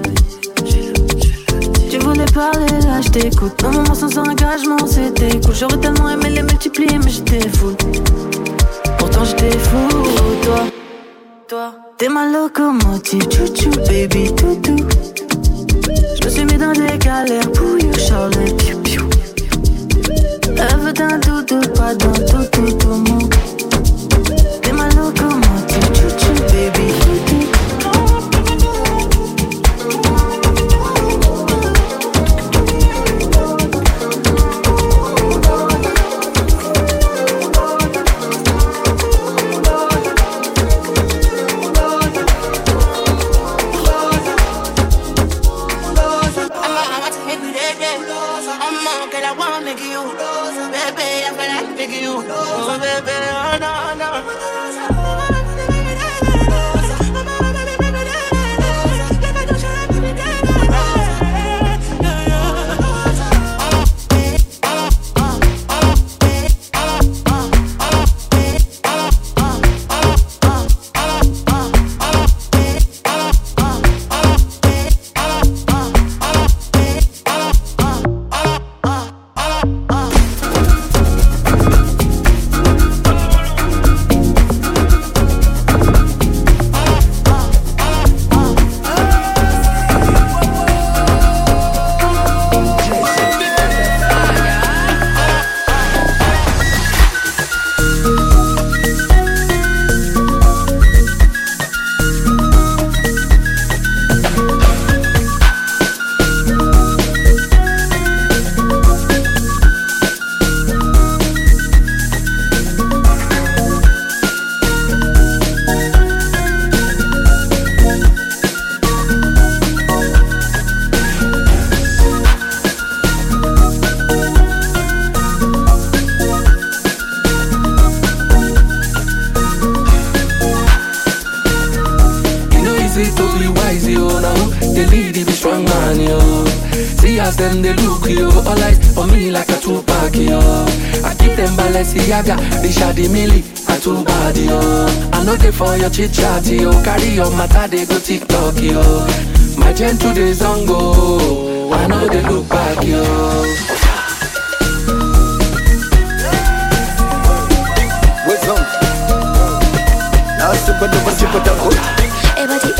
Tu voulais parler, là je t'écoute. Un moment sans engagement, c'était cool. J'aurais tellement aimé les multiplier, mais j'étais full. Pourtant j'étais fou, toi. T'es ma locomotive, chouchou, baby toutou. Je me suis mis dans des galères pour you, Charlie, piou piou. Elle veut d'un doudou, pas d'un toutou, tout mon. T'es ma locomotive, chouchou, baby toutou. them they look yo. All eyes on me like a Tupac yo. I give them Balenciaga, they shady milli, a too bad yo. I know they for your chit chat yo. Carry your matter, they go TikTok yo. My gen today's on go. I know they look back yo. What's up? Now it's about the bunch of people. Everybody,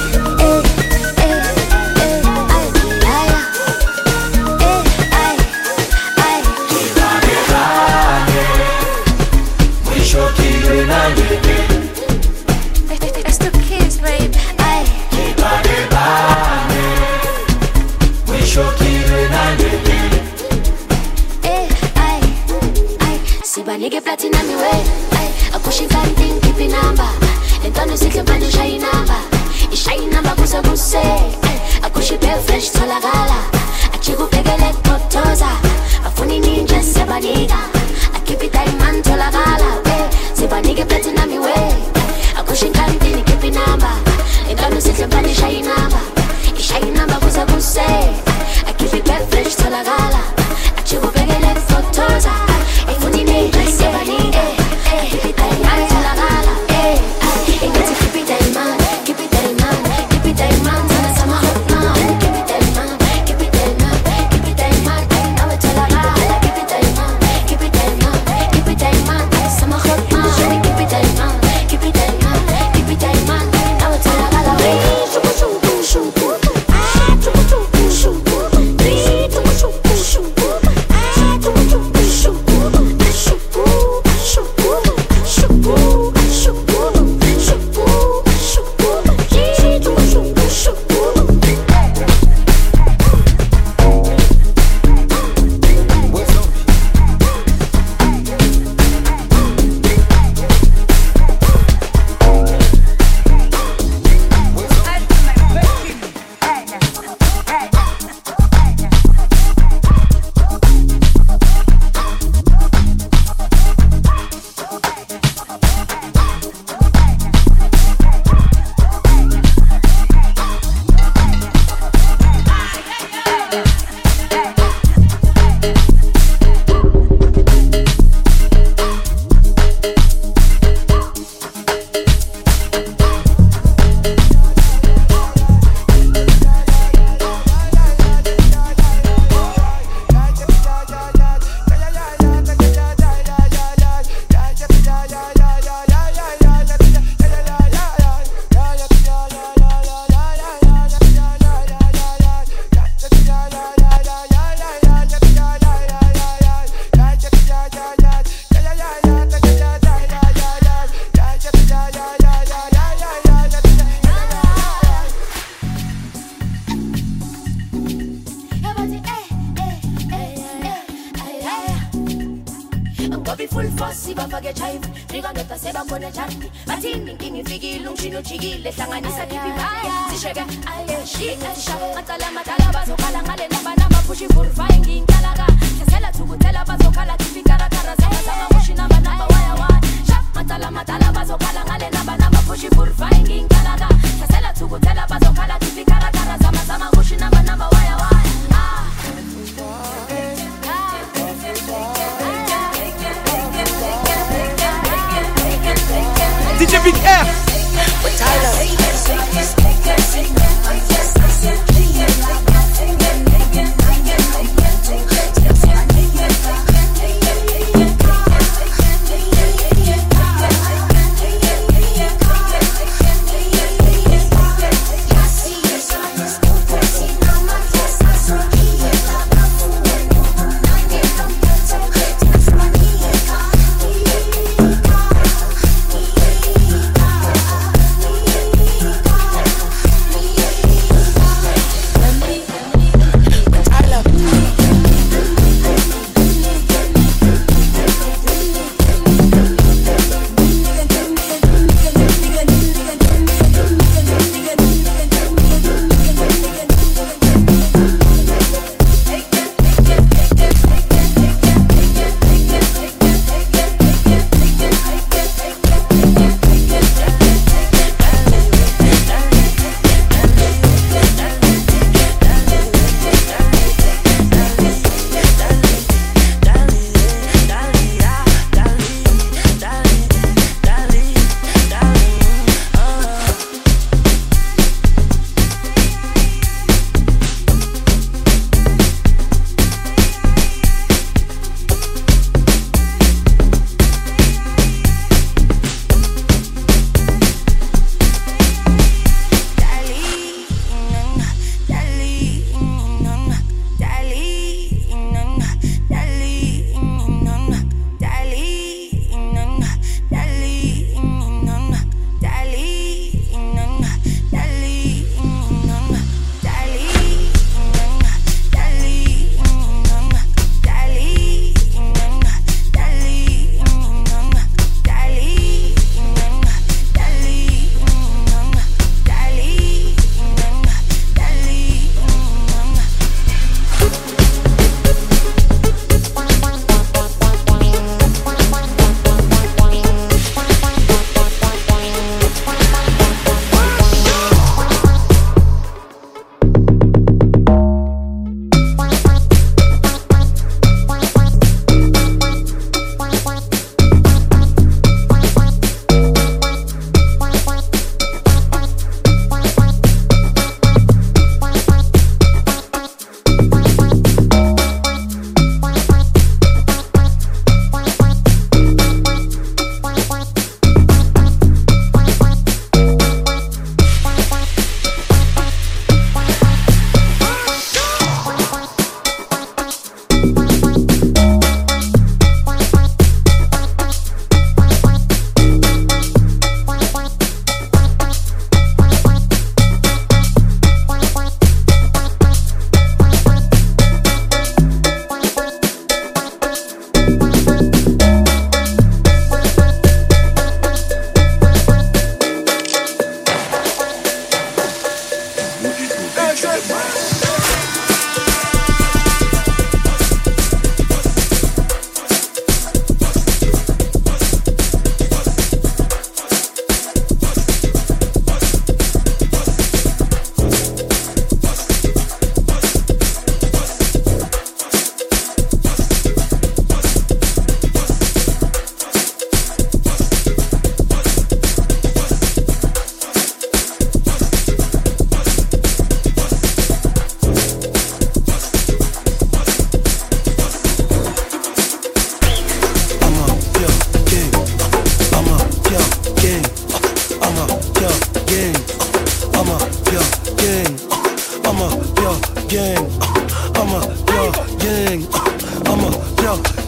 it's the kids, babe. Si ba nigga platina mi way, a kushi kanting kipi namba. Entonces sí que pano shine namba. Y shine namba kusa kuse. A kushi pe fresh to la gala. A chiku pegele kotoza. A funny ninja se ba nigga. A keep it diamond to la gala. Si ba nigga platina mi way, a kushi kanting kipi namba. Entonces sí que pano shine namba. Y shine namba kusa kuse. A keep it pe fresh to la gala. A chiku pegele kotoza. A funny ninja se ba nigga. Keep it diamond to la gala. Keep it diamond, keep it diamond, keep it diamond. Sama hot man, keep it diamond, keep it diamond, keep it diamond. Now it's all around. Keep it diamond, keep it diamond, keep it diamond. Sama hot man, keep it diamond, keep it diamond, keep it diamond. Now it's all around. Shuku shuku shuku, shuku shuku shuku, shuku shuku shuku, shuku shuku shuku, shuku shuku. DJ Big F.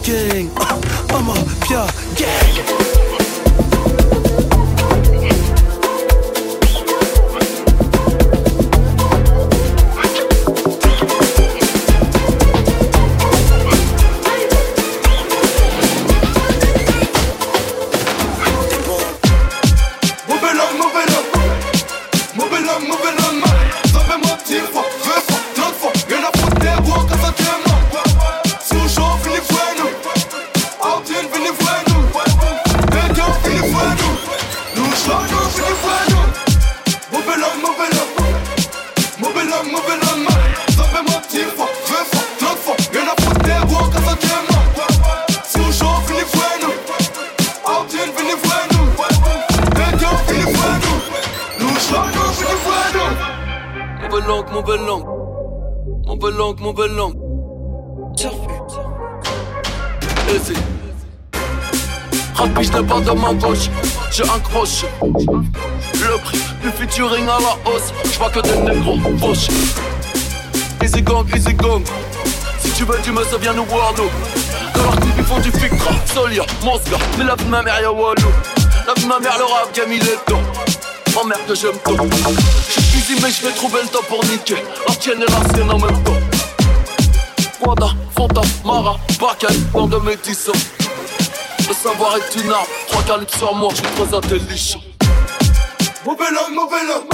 gang. I'm a pure gang. Mauvaise langue. Easy. Rapide, je n'ai pas de main gauche. J'ai un crochet. Le prix du featuring à la hausse. J'vois que des négros fauchés. Easy gang, easy gang. Si tu veux du me ça viens nous voir nous. Dans leur clip ils font du fikra. Solia, Mosca, mais la vie de ma mère y'a Walou. La vie de ma mère le rap game il est temps. Ma mère que j'aime tout. J'suis busy mais j'vais trouver le temps pour niquer. La tienne et la sienne en même temps. Wanda, Fonta, Mara, Bakel, bande de métissants. Le savoir est une arme, 3 calibres sur moi, je suis très intelligent. Mauvais homme,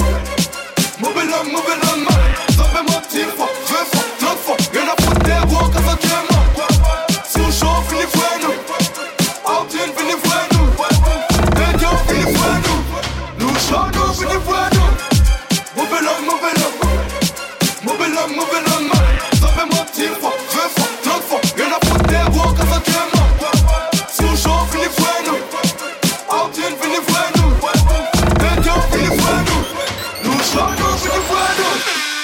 ça fait moi 10 fois, 20 fois, 30 fois. Y'en a pas de terreau, quand ça tient moi. Si on chauffe, fini voir nous. Altine, fini voir nous. Médian, fini voir nous. Nous chantons, fini voir nous. Mauvais homme, ça fait moi 10 fois, 20 fois, 30 fois. Y'en a pas de terreau, quand ça tient moi. Si on chauffe, fini voir nous. Altine, fini voir nous. Médian, fini voir nous. Nous chantons, fini voir nous.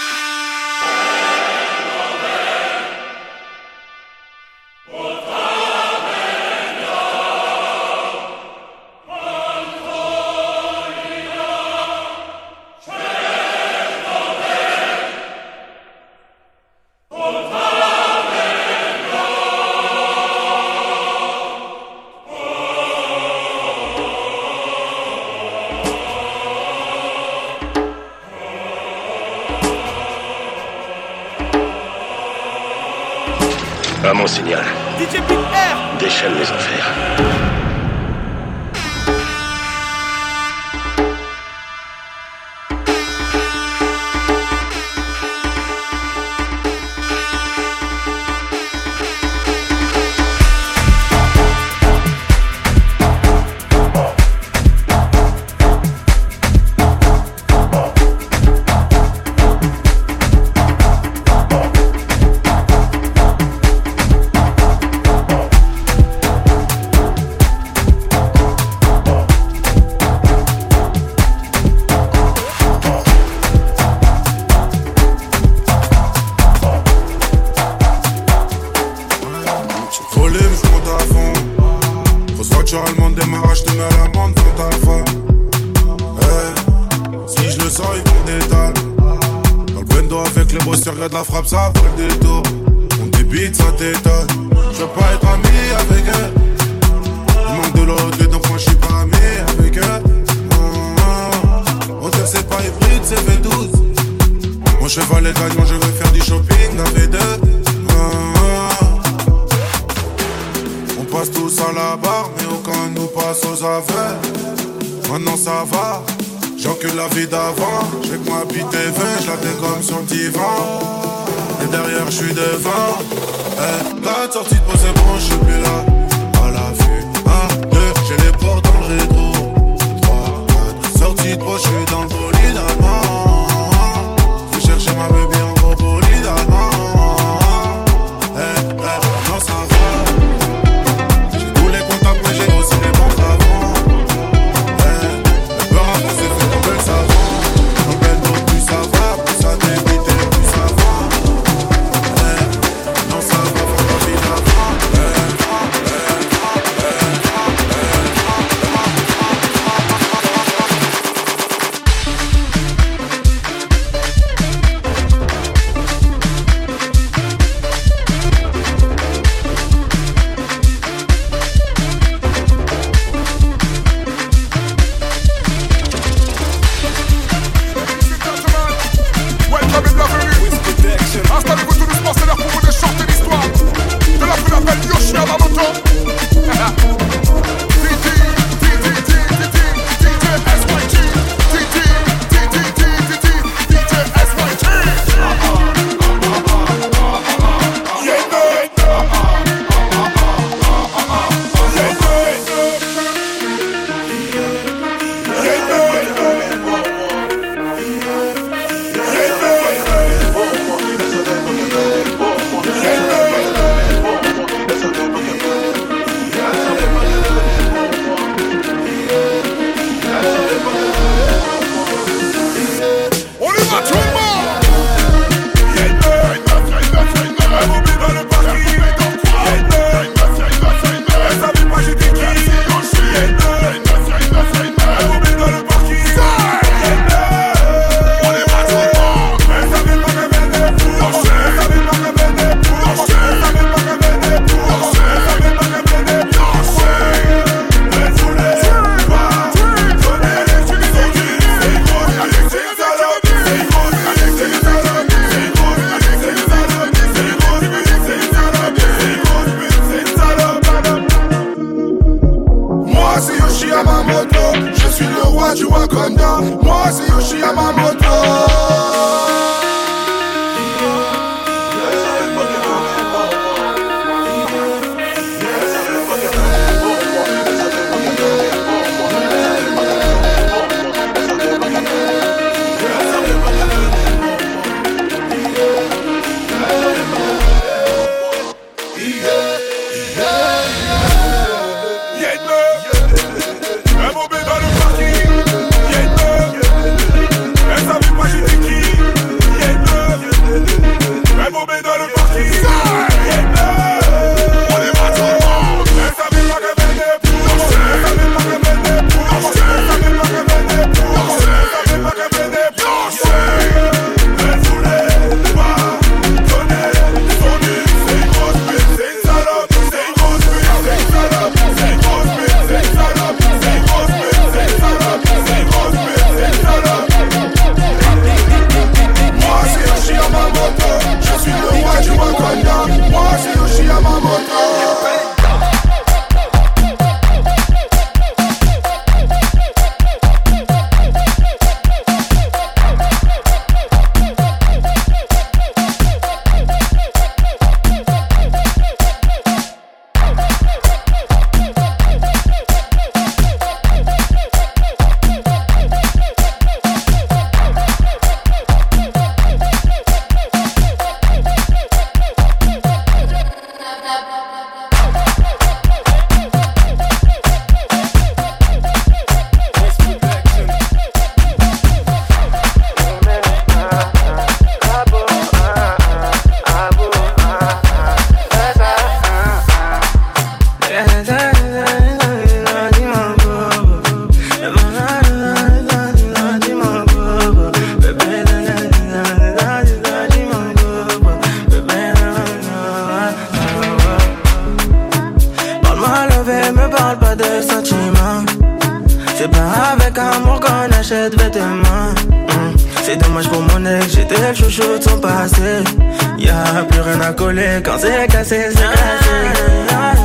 À mon signal. Déchaîne les enfers. De la frappe, ça fait le détour. On débite, ça t'étonne. Je veux pas être ami avec eux. Il manque de l'autre, donc moi je suis pas ami avec eux. On c'est pas hybride, c'est V12. Mon cheval est gagnant, je veux faire du shopping à V2. On passe tous à la barre, mais aucun nous passe aux affaires. Maintenant ça va. J'encule la vie d'avant, j'ai que moi habiter 20, je la dégomme sur le divan. Et derrière je suis devant. 4 sorties de pause, c'est bon, je suis plus là. À la vue, 1, 2, j'ai les portes dans le rétro. 3, 4, sorties de pause, je suis dans le bolide allemand. Je vais chercher ma baby en gros bolide allemand. Non ça va. J'ai tous les contacts, mais j'ai aussi les banques avant. Le peur à c'est fait tomber le savant. Donc elle donc plus ça va, plus ça débite, plus ça va. Non ça va, faut pas vivre avant. achète vêtements. C'est dommage pour mon ex, j'étais le chouchou de son passé. Y'a plus rien à coller quand c'est cassé, c'est cassé.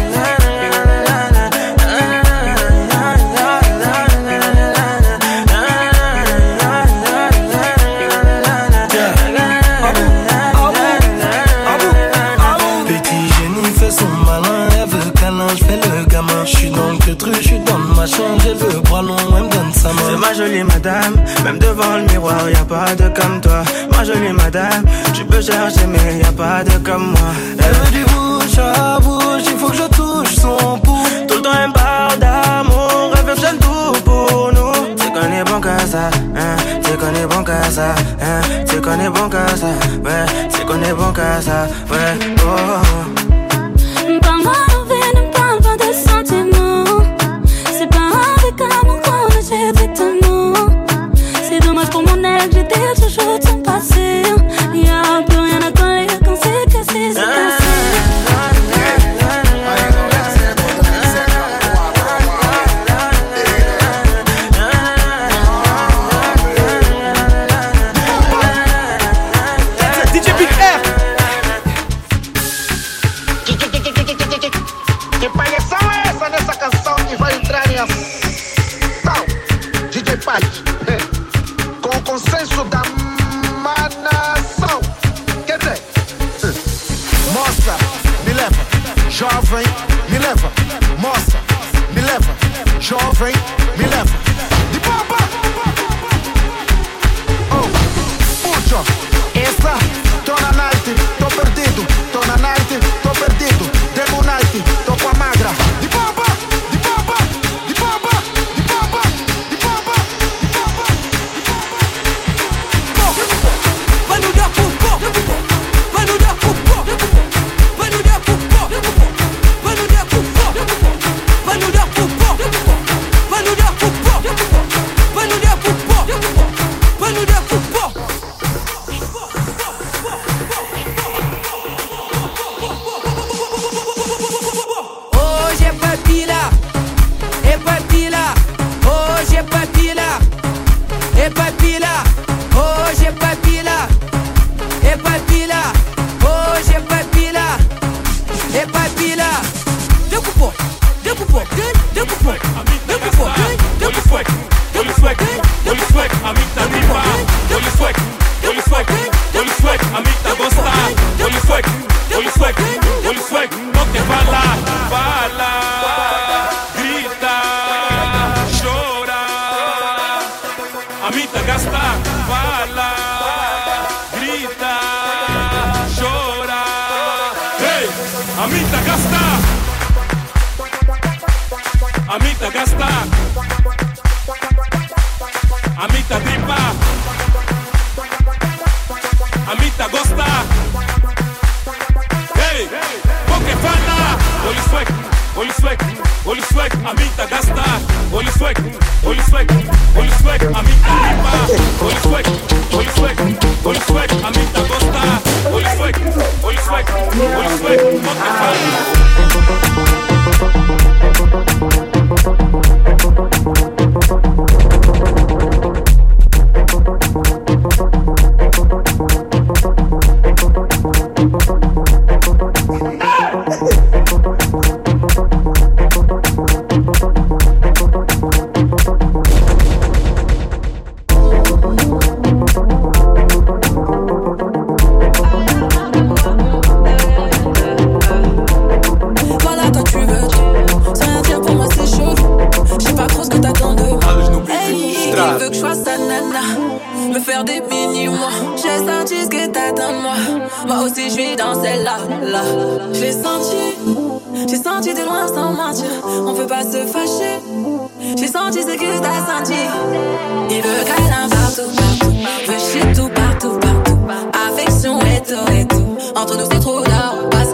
Elle veut bras long, elle me donne sa main. C'est ma jolie madame, même devant le miroir, y'a pas de comme toi. Ma jolie madame, tu peux chercher mais y'a pas de comme moi. Elle veut du bouche à bouche, il faut que je touche son pouls. Tout le temps elle me parle d'amour, elle veut que je donne tout pour nous. C'est qu'on est bon qu'à ça, hein, c'est qu'on est bon qu'à ça, hein, c'est qu'on est bon qu'à ça, ouais, c'est qu'on est bon qu'à ça, ouais, oh. Parle-moi l'envers, ne parle pas de sentiments. C'est pas avec amour qu'on achète vêtements. C'est dommage pour mon ex, j'étais le chouchou de son passé. Y'a plus rien à coller quand c'est cassé, c'est cassé. jovem, me leva. De baba. Oh, puxa, essa, tô na night, tô perdido. Tô na night, tô perdido. Demo night, tô com a magra. De baba, de baba, de baba, de baba, de baba, de baba. Vai no dar por pó, vai no dar por pó, vai no dar por pó, vai no dar por pó, vai no dar por pó, vai no dar por pó, vai no dar por pó, vai no dar por pó. Hoje é papila, é papila, hoje é papila, é papila, hoje é papila, é papila, hoje é papila, é papila. Deu pro pó, deu pro pó, deu pro pó, deu pro pó, deu pro pó, deu pro pó, deu pro pó, Amita riba, olho swag, olho swag, olho swag, amita gosta, olho swag, olho swag, olho swag, não te fala, fala, grita, chora, amita gasta, fala, grita, chora, hey, amita gasta, amita gasta. Amita tripa, amita gosta. Hey, porque fala. Olho swag, olho swag, olho swag, amita gasta. Olho swag, olho swag, olho swag, amita tripa. Olho swag, olho swag, olho swag, amita gosta. Olho swag, olho swag, olho swag, porque fala. J'ai senti de loin sans mentir, on peut pas se fâcher. J'ai senti ce que t'as senti. Il veut câlin partout, partout, veut shit tout partout, partout. Affection et tout, et tout. Entre nous c'est trop là, on passe